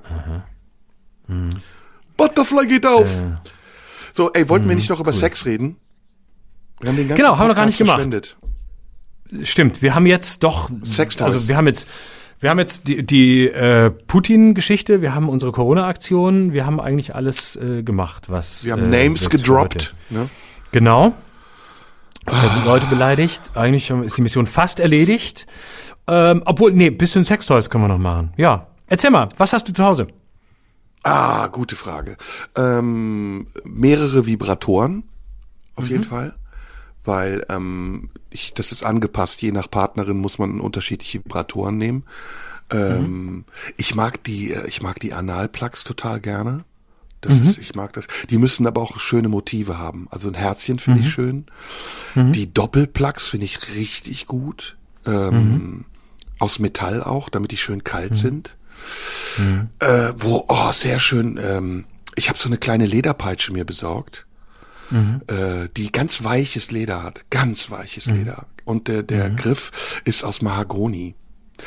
Butterfly geht auf. So, wollten wir nicht noch über Sex reden? Wir haben den ganzen Genau, haben wir noch gar nicht gemacht. verschwendet. Stimmt, wir haben jetzt doch, Sextoys. also wir haben jetzt die Putin-Geschichte, wir haben unsere Corona-Aktion, wir haben eigentlich alles gemacht, was Wir haben Names jetzt gedroppt. Ne? Genau. Wir haben Leute beleidigt. Eigentlich ist die Mission fast erledigt. Bisschen Sextoys können wir noch machen. Ja. Erzähl mal, was hast du zu Hause? Gute Frage. Mehrere Vibratoren, auf jeden Fall. Weil das ist angepasst, je nach Partnerin muss man unterschiedliche Vibratoren nehmen. Ich mag die Analplugs total gerne. Ich mag das. Die müssen aber auch schöne Motive haben. Also ein Herzchen finde ich schön. Die Doppelplugs finde ich richtig gut. Aus Metall auch, damit die schön kalt sind. Sehr schön. Ich habe so eine kleine Lederpeitsche mir besorgt, die ganz weiches Leder hat. Ganz weiches Leder. Und der Griff ist aus Mahagoni.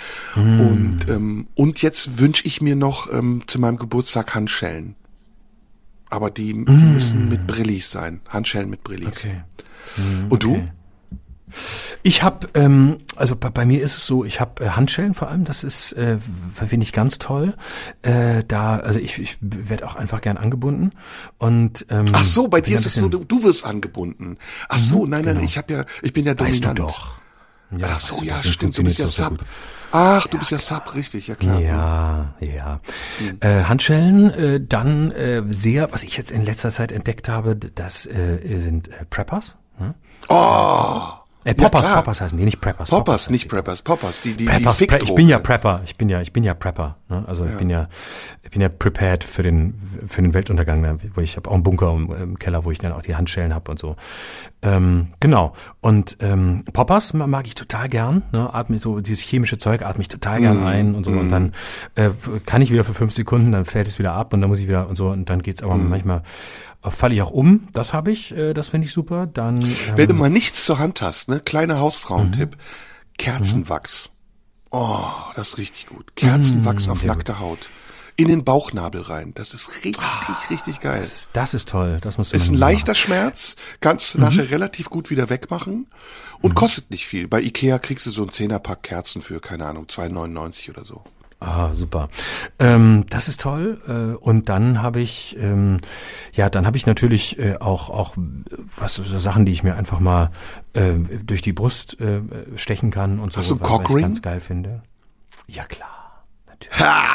Und jetzt wünsche ich mir noch zu meinem Geburtstag Handschellen. Aber die müssen mit Brillis sein. Handschellen mit Brillis. Okay. Und du? Ich habe, also bei mir ist es so, ich habe Handschellen vor allem, das ist, finde ich ganz toll. Also ich werde auch einfach gern angebunden. Und ach so, bei dir ist es so, du wirst angebunden. Ach so, nein, genau. Ich bin ja dominant. Weißt du doch. Ja, ach so, ja, stimmt, du bist ja Sub. Ach, du bist ja Sub, richtig, ja klar. Ja. Handschellen, dann was ich jetzt in letzter Zeit entdeckt habe, das sind Preppers. Hm? Poppers heißen die, nicht Preppers. Poppers, nicht Preppers, Poppers, die ich bin ja Prepper, ich bin ja Prepper, ne? Also ich bin ja prepared für den Weltuntergang, wo ich habe auch einen Bunker im Keller, wo ich dann auch die Handschellen habe und so. Genau. Und Poppers mag ich total gern, ne? Atme so dieses chemische Zeug, atme ich total gern ein und so und dann kann ich wieder für 5 Sekunden, dann fällt es wieder ab und dann muss ich wieder und so und dann geht's aber manchmal falle ich auch um, das habe ich, das finde ich super. Dann wenn du mal nichts zur Hand hast, ne, kleiner Hausfrauentipp, Kerzenwachs. Oh, das ist richtig gut. Kerzenwachs auf nackte Haut. In den Bauchnabel rein. Das ist richtig geil. Das ist toll. Das musst du ist ein leichter Schmerz, kannst du nachher relativ gut wieder wegmachen und kostet nicht viel. Bei Ikea kriegst du so ein 10er-Pack Kerzen für, keine Ahnung, 2,99 oder so. Super. Das ist toll. Und dann habe ich, natürlich auch so Sachen, die ich mir einfach mal durch die Brust stechen kann und so. Hast du einen was Cockring? Ich ganz geil finde. Ja klar, natürlich. Ha!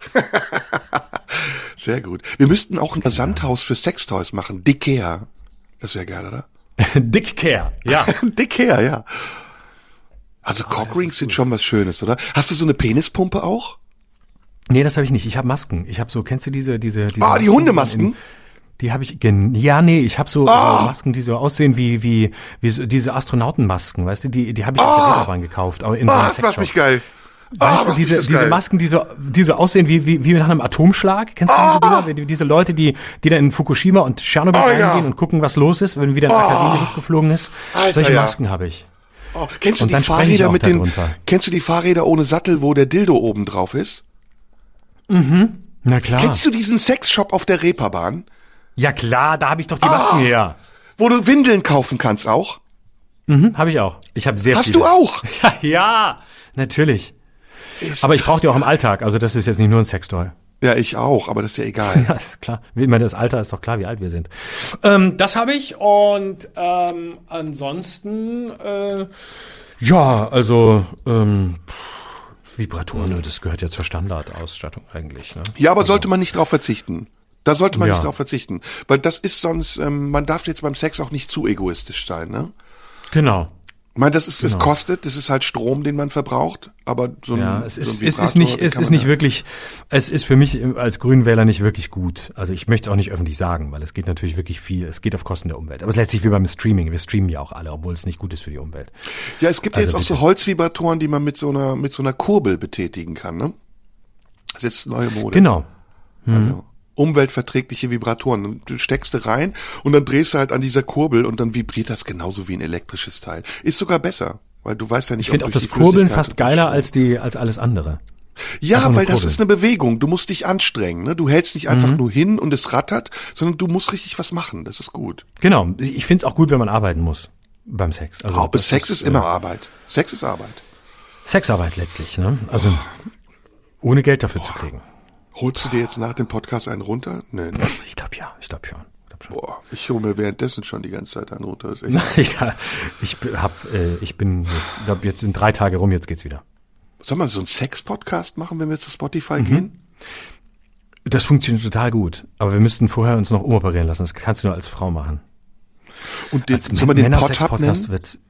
Sehr gut. Wir müssten auch ein Versandhaus für Sextoys machen. Dickea. Das wäre geil, oder? Dickcare, ja. Dickea, ja. Also Cockrings sind schon was Schönes, oder? Hast du so eine Penispumpe auch? Nee, das habe ich nicht. Ich habe Masken. Ich habe so, kennst du diese die Masken, Hundemasken? Die habe ich, ich habe so Masken, die so aussehen wie so diese Astronautenmasken, weißt du, die habe ich auf der Reeperbahn gekauft, auch in so einem das macht mich geil. Weißt du, diese Masken, die so aussehen wie nach einem Atomschlag, kennst du diese Dinger? Diese Leute, die dann in Fukushima und Tschernobyl reingehen und gucken, was los ist, wenn wieder ein AKW in die Luft geflogen ist. Alter, solche Masken habe ich. Kennst du und die dann Fahrräder kennst du die Fahrräder ohne Sattel, wo der Dildo oben drauf ist? Na klar. Kennst du diesen Sexshop auf der Reeperbahn? Ja klar, da habe ich doch die Masken her. Wo du Windeln kaufen kannst auch? Habe ich auch. Ich habe sehr Hast viele. du auch? Ja, natürlich. Aber ich brauche die auch im Alltag. Also das ist jetzt nicht nur ein Sextoy. Ja, ich auch, aber das ist ja egal. Ja, ist klar. Ich meine, das Alter ist doch klar, wie alt wir sind. Das habe ich und ansonsten ja, also Vibratoren, das gehört ja zur Standardausstattung eigentlich. Ne? Ja, aber sollte man nicht drauf verzichten. Da sollte man Ja. nicht drauf verzichten. Weil das ist sonst, man darf jetzt beim Sex auch nicht zu egoistisch sein, ne? Genau. Ich meine, es kostet, das ist halt Strom, den man verbraucht, aber so ein, Ja, es so ein ist Vibrator, nicht, den es kann ist man nicht ja- wirklich, es ist für mich als Grünwähler nicht wirklich gut. Also ich möchte es auch nicht öffentlich sagen, weil es geht natürlich wirklich viel, es geht auf Kosten der Umwelt. Aber es ist letztlich wie beim Streaming, wir streamen ja auch alle, obwohl es nicht gut ist für die Umwelt. Ja, es gibt ja Also jetzt auch so Holzvibratoren, die man mit so einer Kurbel betätigen kann, ne? Das ist jetzt neue Mode. Genau. Also, umweltverträgliche Vibratoren. Du steckst du rein und dann drehst du halt an dieser Kurbel und dann vibriert das genauso wie ein elektrisches Teil. Ist sogar besser, weil du weißt ja nicht, Ich finde auch ob das durch die Kurbeln Flüssigkeit fast und den geiler Strom- als alles andere. Ja, Einfach nur weil das kurbeln. ist eine Bewegung. Du musst dich anstrengen, ne? Du hältst nicht einfach nur hin und es rattert, sondern du musst richtig was machen. Das ist gut. Genau. Ich finde es auch gut, wenn man arbeiten muss beim Sex. Also das Sex ist immer Arbeit. Sex ist Arbeit. Sexarbeit letztlich, ne? Also ohne Geld dafür zu kriegen. Holst du dir jetzt nach dem Podcast einen runter? Nee, ne? Ich glaube ja, ich glaube schon. Boah, ich hole mir währenddessen schon die ganze Zeit einen runter. Das ist echt Ja, ich bin jetzt, ich glaube, jetzt sind 3 Tage rum, jetzt geht's wieder. Sollen wir so einen Sex-Podcast machen, wenn wir zu Spotify gehen? Das funktioniert total gut, aber wir müssten vorher uns noch umoperieren lassen. Das kannst du nur als Frau machen. Und den, Als sollen wir den Pod-Hub Männersex-Podcast nennen? wird.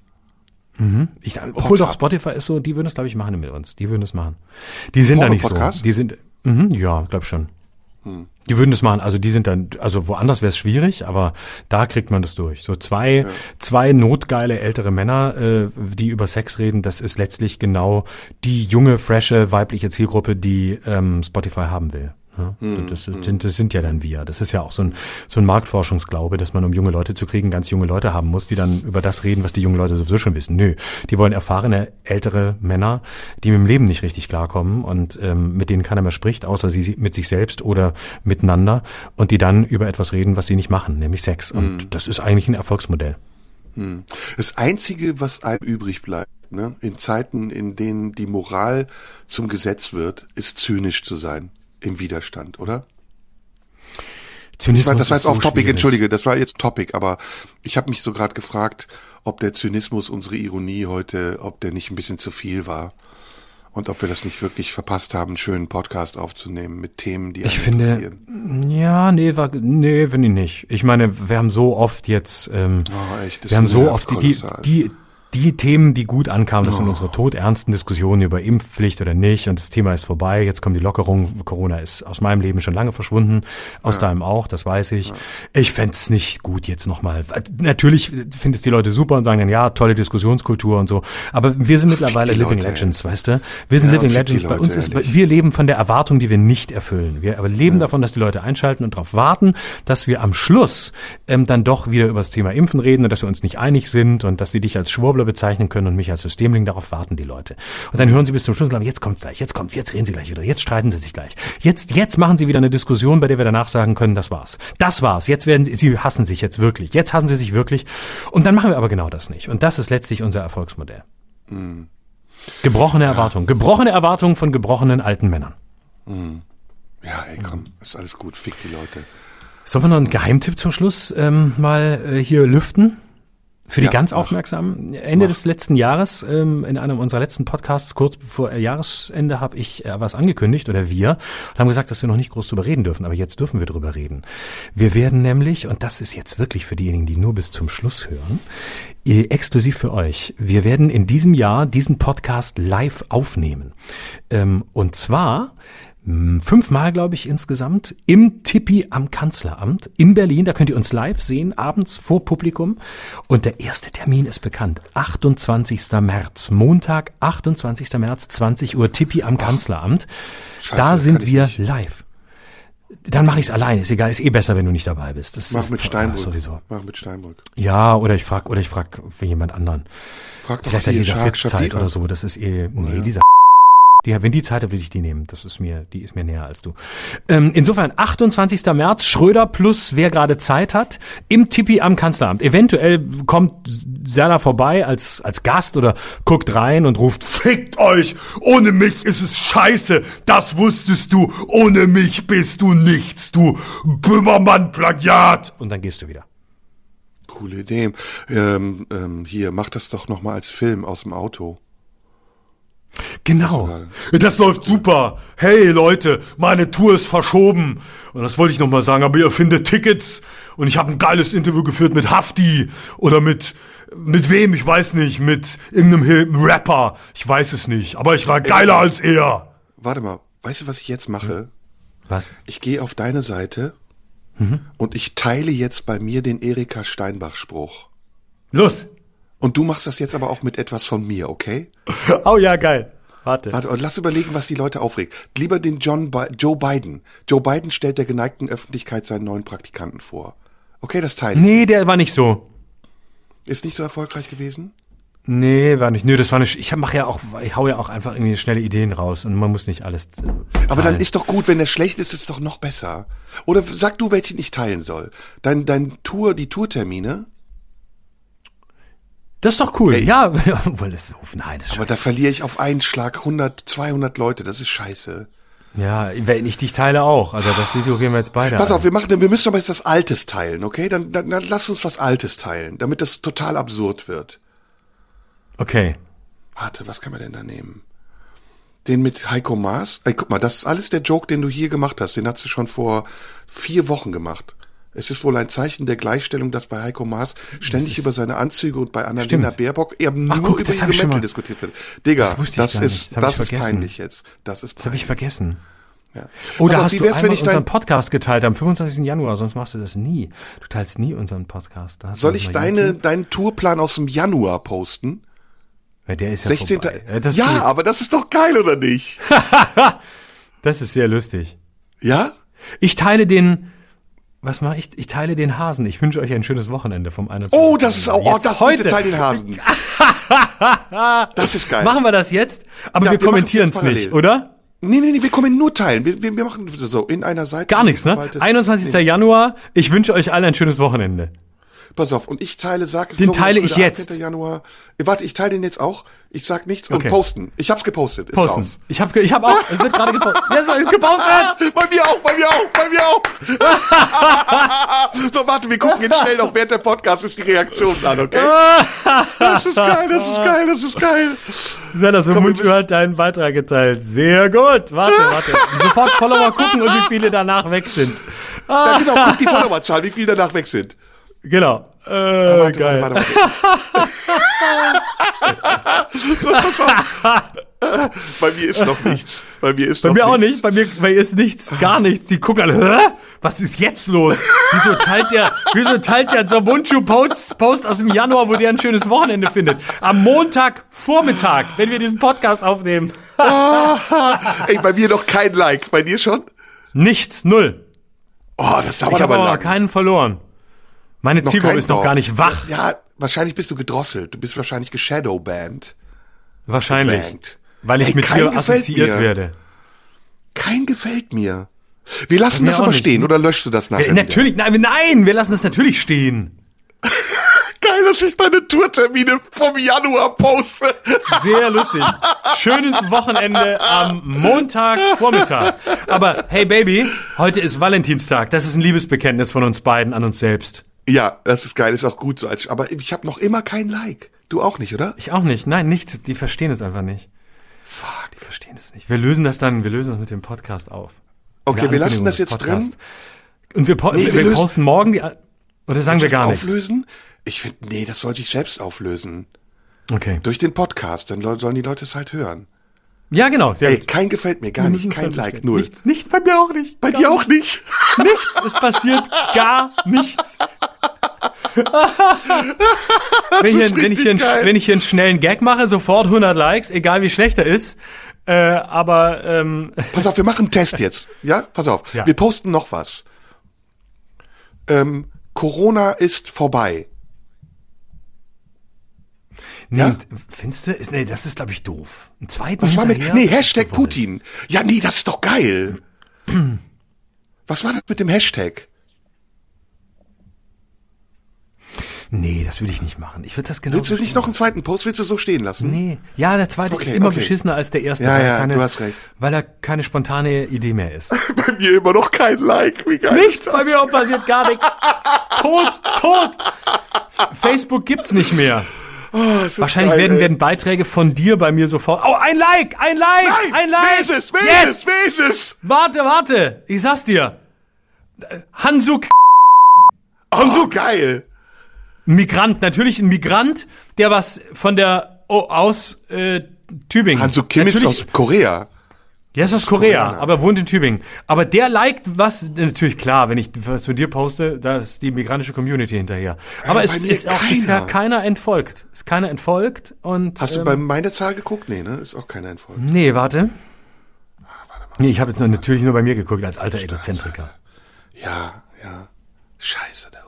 Obwohl doch Pod-Hub. Spotify ist so, die würden es, glaube ich, machen mit uns. Die würden es machen. Die sind da nicht so. Porno-Podcast? Die sind, ja, glaub schon. Die würden das machen. Also die sind dann, also woanders wäre es schwierig, aber da kriegt man das durch. So zwei notgeile ältere Männer, die über Sex reden, das ist letztlich genau die junge, frische, weibliche Zielgruppe, die Spotify haben will. Ja, das sind ja dann wir. Das ist ja auch so ein Marktforschungsglaube, dass man, um junge Leute zu kriegen, ganz junge Leute haben muss, die dann über das reden, was die jungen Leute sowieso schon wissen. Nö, die wollen erfahrene, ältere Männer, die mit dem Leben nicht richtig klarkommen und mit denen keiner mehr spricht, außer sie mit sich selbst oder miteinander und die dann über etwas reden, was sie nicht machen, nämlich Sex. Und das ist eigentlich ein Erfolgsmodell. Das Einzige, was einem übrig bleibt, ne, in Zeiten, in denen die Moral zum Gesetz wird, ist zynisch zu sein. Im Widerstand, oder? Zynismus Das war ist jetzt auf so Topic, schwierig. entschuldige, das war jetzt Topic, aber ich habe mich so gerade gefragt, ob der Zynismus, unsere Ironie heute, ob der nicht ein bisschen zu viel war und ob wir das nicht wirklich verpasst haben, einen schönen Podcast aufzunehmen mit Themen, die Ich einen finde, interessieren. ja, nee, finde ich nicht. Ich meine, wir haben so oft jetzt, Echt, das wir haben so nervt oft kolossal. die Themen, die gut ankamen, das sind unsere todernsten Diskussionen über Impfpflicht oder nicht und das Thema ist vorbei, jetzt kommt die Lockerung, Corona ist aus meinem Leben schon lange verschwunden, aus deinem auch, das weiß ich. Ich fänd's nicht gut jetzt nochmal. Natürlich finden es die Leute super und sagen dann, ja, tolle Diskussionskultur und so, aber wir sind mittlerweile die Living Leute, Legends, weißt du? Wir sind Ja, Living und fick die Legends, bei uns Leute, ist, ehrlich. wir leben von der Erwartung, die wir nicht erfüllen. Wir aber leben davon, dass die Leute einschalten und darauf warten, dass wir am Schluss dann doch wieder über das Thema Impfen reden und dass wir uns nicht einig sind und dass sie dich als Schwurbler bezeichnen können und mich als Systemling, darauf warten die Leute. Und dann hören sie bis zum Schluss und sagen, jetzt kommt's gleich, jetzt reden sie gleich wieder, jetzt streiten sie sich gleich. Jetzt machen sie wieder eine Diskussion, bei der wir danach sagen können, das war's. Das war's. Jetzt sie hassen sich jetzt wirklich. Jetzt hassen sie sich wirklich. Und dann machen wir aber genau das nicht. Und das ist letztlich unser Erfolgsmodell. Gebrochene Erwartungen von gebrochenen alten Männern. Ja, ey, komm, ist alles gut, fick die Leute. Sollen wir noch einen Geheimtipp zum Schluss mal hier lüften? Für die Ja, ganz mach. Aufmerksamen. Ende des letzten Jahres, in einem unserer letzten Podcasts, kurz bevor Jahresende, habe ich was angekündigt, oder wir, und haben gesagt, dass wir noch nicht groß drüber reden dürfen, aber jetzt dürfen wir drüber reden. Wir werden nämlich, und das ist jetzt wirklich für diejenigen, die nur bis zum Schluss hören, exklusiv für euch, wir werden in diesem Jahr diesen Podcast live aufnehmen. Und zwar 5-mal, glaube ich, insgesamt im Tippi am Kanzleramt in Berlin. Da könnt ihr uns live sehen, abends vor Publikum. Und der erste Termin ist bekannt. 28. März, Montag, 28. März, 20 Uhr, Tippi am Kanzleramt. Scheiße, Da das sind kann ich wir nicht. live. Dann mache ich es alleine. Ist egal, ist eh besser, wenn du nicht dabei bist. Das Mach mit Steinbrück. Sowieso. Mach mit Steinbrück. Ja, oder ich frag für jemand anderen. Frag doch Vielleicht an hier dieser Shark Fitzzeit Shapira. oder so. Das ist nee, dieser Wenn die Zeit hat, will ich die nehmen. Die ist mir näher als du. Insofern 28. März, Schröder plus wer gerade Zeit hat, im Tipi am Kanzleramt. Eventuell kommt Serda vorbei als Gast oder guckt rein und ruft, fickt euch! Ohne mich ist es scheiße! Das wusstest du! Ohne mich bist du nichts, du Böhmermann-Plagiat! Und dann gehst du wieder. Coole Idee. Hier, mach das doch nochmal als Film aus dem Auto. Genau. Das läuft super. Hey Leute, meine Tour ist verschoben. Und das wollte ich nochmal sagen, aber ihr findet Tickets. Und ich habe ein geiles Interview geführt mit Hafti. Oder mit wem, ich weiß nicht. Mit irgendeinem Rapper. Ich weiß es nicht. Aber ich war geiler als er. Warte mal, weißt du, was ich jetzt mache? Was? Ich gehe auf deine Seite und ich teile jetzt bei mir den Erika Steinbach-Spruch. Los. Und du machst das jetzt aber auch mit etwas von mir, okay? Oh ja, geil. Warte, und lass überlegen, was die Leute aufregt. Lieber den Joe Biden. Joe Biden stellt der geneigten Öffentlichkeit seinen neuen Praktikanten vor. Okay, das teile ich. Nee, der war nicht so. Ist nicht so erfolgreich gewesen? Nee, war nicht. Nö, das war nicht. Ich hau ja auch einfach irgendwie schnelle Ideen raus und man muss nicht alles teilen. Aber dann ist doch gut, wenn der schlecht ist, ist es doch noch besser. Oder sag du, welchen ich teilen soll. Die Tourtermine. Das ist doch cool. Ey. Ja, obwohl das ist scheiße. Aber da verliere ich auf einen Schlag 100, 200 Leute. Das ist scheiße. Ja, wenn ich dich teile auch. Also das Risiko gehen wir jetzt beide Pass auf, wir müssen aber jetzt das Altes teilen, okay? Dann lass uns was Altes teilen, damit das total absurd wird. Okay. Warte, was kann man denn da nehmen? Den mit Heiko Maas? Ey, guck mal, das ist alles der Joke, den du hier gemacht hast. Den hast du schon vor 4 Wochen gemacht. Es ist wohl ein Zeichen der Gleichstellung, dass bei Heiko Maas ständig über seine Anzüge und bei Annalena Baerbock eben nur über ihre Mäntel diskutiert wird. Digga, das ist peinlich jetzt. Das habe ich vergessen. Ja. Oh, da hast du einmal unseren Podcast geteilt am 25. Januar, sonst machst du das nie. Du teilst nie unseren Podcast. Soll ich deinen Tourplan aus dem Januar posten? Ja, der ist ja 16. vorbei. Ja, aber das ist doch geil, oder nicht? Das ist sehr lustig. Ja? Ich teile was mache ich? Ich teile den Hasen. Ich wünsche euch ein schönes Wochenende vom 21. Oh, das ist auch, bitte teil den Hasen. Das ist geil. Machen wir das jetzt? Aber ja, wir kommentieren es nicht, oder? Nee, wir können nur teilen. Wir machen so in einer Seite. Gar nichts, ne? 21. Januar. Ich wünsche euch allen ein schönes Wochenende. Pass auf, und ich teile, den teile ich jetzt. Januar. Warte, ich teile den jetzt auch. Ich sag nichts und posten. Ich hab's gepostet. Ist posten. Raus. Ich hab auch. Es wird gerade gepostet. Ja, es ist gepostet. Bei mir auch. So, warte, wir gucken jetzt schnell noch während der Podcast ist die Reaktion an, okay? Das ist geil. Serda Somuncu hat deinen Beitrag geteilt. Sehr gut. Warte. Sofort Follower gucken und wie viele danach weg sind. Ja, genau, guck die Followerzahl, wie viele danach weg sind. Genau. Warte. So, pass auf. Bei mir ist noch nichts. Bei mir auch nicht. Bei mir ist nichts. Gar nichts. Die gucken alle, hä? Was ist jetzt los? Wieso teilt der Somuncu Post aus dem Januar, wo der ein schönes Wochenende findet? Am Montagvormittag, wenn wir diesen Podcast aufnehmen. Ey, bei mir noch kein Like. Bei dir schon? Nichts. 0. Oh, das dauert ich aber lang. Ich habe keinen verloren. Meine Zielgruppe ist noch gar nicht wach. Ja, wahrscheinlich bist du gedrosselt. Du bist wahrscheinlich geshadowbanned. Wahrscheinlich. Weil ich mit dir assoziiert werde. Kein gefällt mir. Wir lassen das aber stehen, oder löschst du das nachher? Natürlich, nein, wir lassen das natürlich stehen. Geil, dass ich deine Tourtermine vom Januar poste. Sehr lustig. Schönes Wochenende am Montagvormittag. Aber hey Baby, heute ist Valentinstag. Das ist ein Liebesbekenntnis von uns beiden an uns selbst. Ja, das ist geil, ist auch gut so. Aber ich habe noch immer kein Like. Du auch nicht, oder? Ich auch nicht. Nein, nichts. Die verstehen es einfach nicht. Fuck. Die verstehen es nicht. Wir lösen das mit dem Podcast auf. Okay, wir lassen das jetzt drin. Und wir posten morgen die... Oder sagen wir gar nichts? Auflösen? Ich finde, nee, das soll sich selbst auflösen. Okay. Durch den Podcast, dann sollen die Leute es halt hören. Ja, genau. Ey, kein gefällt mir, gar nicht, kein Like, 0. Nichts, bei mir auch nicht. Bei dir auch nicht? Nichts, es passiert gar nichts. Wenn ich hier einen schnellen Gag mache, sofort 100 Likes, egal wie schlecht er ist. Aber pass auf, wir machen einen Test jetzt. Ja, pass auf. Ja. Wir posten noch was. Corona ist vorbei. Nee, Ja? findest du? Nee, das ist, glaube ich, doof. Einen zweiten Was war mit, hinterher? Das ist Hashtag gewollt. Putin. Ja, nee, das ist doch geil. Was war das mit dem Hashtag? Nee, das will ich nicht machen. Ich würde das genau. Willst du nicht noch einen zweiten Post? Willst du so stehen lassen? Nee. Ja, der zweite Okay, ist immer okay. beschissener als der erste. Ja, weil ja, keine, du hast recht. Weil er keine spontane Idee mehr ist. Bei mir immer noch kein Like. Wie geil. Nichts, bei mir passiert gar nichts. Tot. Facebook gibt's nicht mehr. Oh, es ist Wahrscheinlich geil, werden Beiträge von dir bei mir sofort. Oh, ein Like! Nein, wer ist es? Wer ist es? Warte, ich sag's dir. Hansuk, Oh, geil. Migrant, natürlich ein Migrant, der was von der aus Tübingen. Hansu Kim ist Natürlich- aus Korea. Der ist aus Korea, Koreaner. aber wohnt in Tübingen. Aber der liked was, natürlich klar, wenn ich was von dir poste, da ist die migrantische Community hinterher. Aber es bei mir ist auch bisher keiner. keiner entfolgt. Ist keiner entfolgt und. Hast du bei meiner Zahl geguckt? Nee, ne? Ist auch keiner entfolgt. Nee, warte. Nee, ich habe jetzt natürlich nur bei mir geguckt, als alter Egozentriker. Ja. Scheiße, du.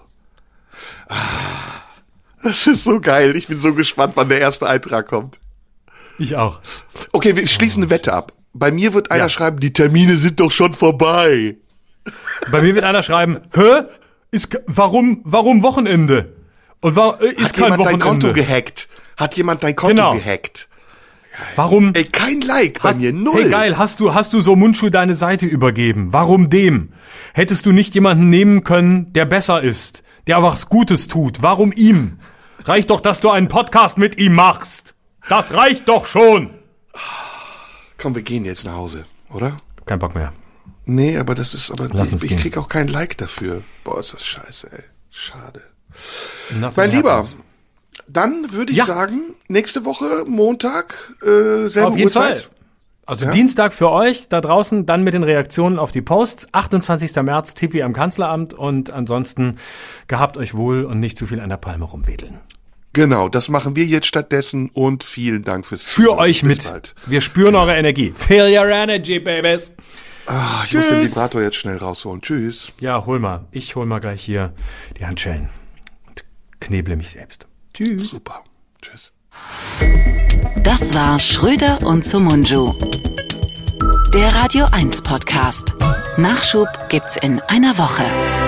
Das ist so geil. Ich bin so gespannt, wann der erste Eintrag kommt. Ich auch. Okay, wir schließen eine Wette ab. Bei mir wird einer Ja. schreiben, die Termine sind doch schon vorbei. Bei mir wird einer schreiben, warum Wochenende? Und ist Hat kein jemand dein Konto Wochenende. gehackt? Hat jemand dein Konto Genau. gehackt? Warum? Ey, kein Like bei mir, null. Hey geil, hast du so Mundschuh deine Seite übergeben? Warum dem? Hättest du nicht jemanden nehmen können, der besser ist, der was Gutes tut? Warum ihm? Reicht doch, dass du einen Podcast mit ihm machst. Das reicht doch schon. Komm, wir gehen jetzt nach Hause, oder? Kein Bock mehr. Nee, aber Lass uns ich gehen. krieg auch kein Like dafür. Boah, ist das scheiße, ey. Schade. Nothing Mein Lieber, happens. dann würde ich Ja. sagen, nächste Woche, Montag, selbe Auf jeden Uhrzeit. Fall. Also Dienstag für euch da draußen, dann mit den Reaktionen auf die Posts. 28. März, Tippi am Kanzleramt und ansonsten gehabt euch wohl und nicht zu viel an der Palme rumwedeln. Genau, das machen wir jetzt stattdessen und vielen Dank fürs Für Zuhören. euch Bis mit. bald. Wir spüren eure Energie. Feel your energy, babies. Ich muss den Tschüss. Vibrator jetzt schnell rausholen. Tschüss. Ja, hol mal. Ich hol mal gleich hier die Handschellen und kneble mich selbst. Tschüss. Super. Tschüss. Das war Schröder und Sumunju. Der Radio 1 Podcast. Nachschub gibt's in einer Woche.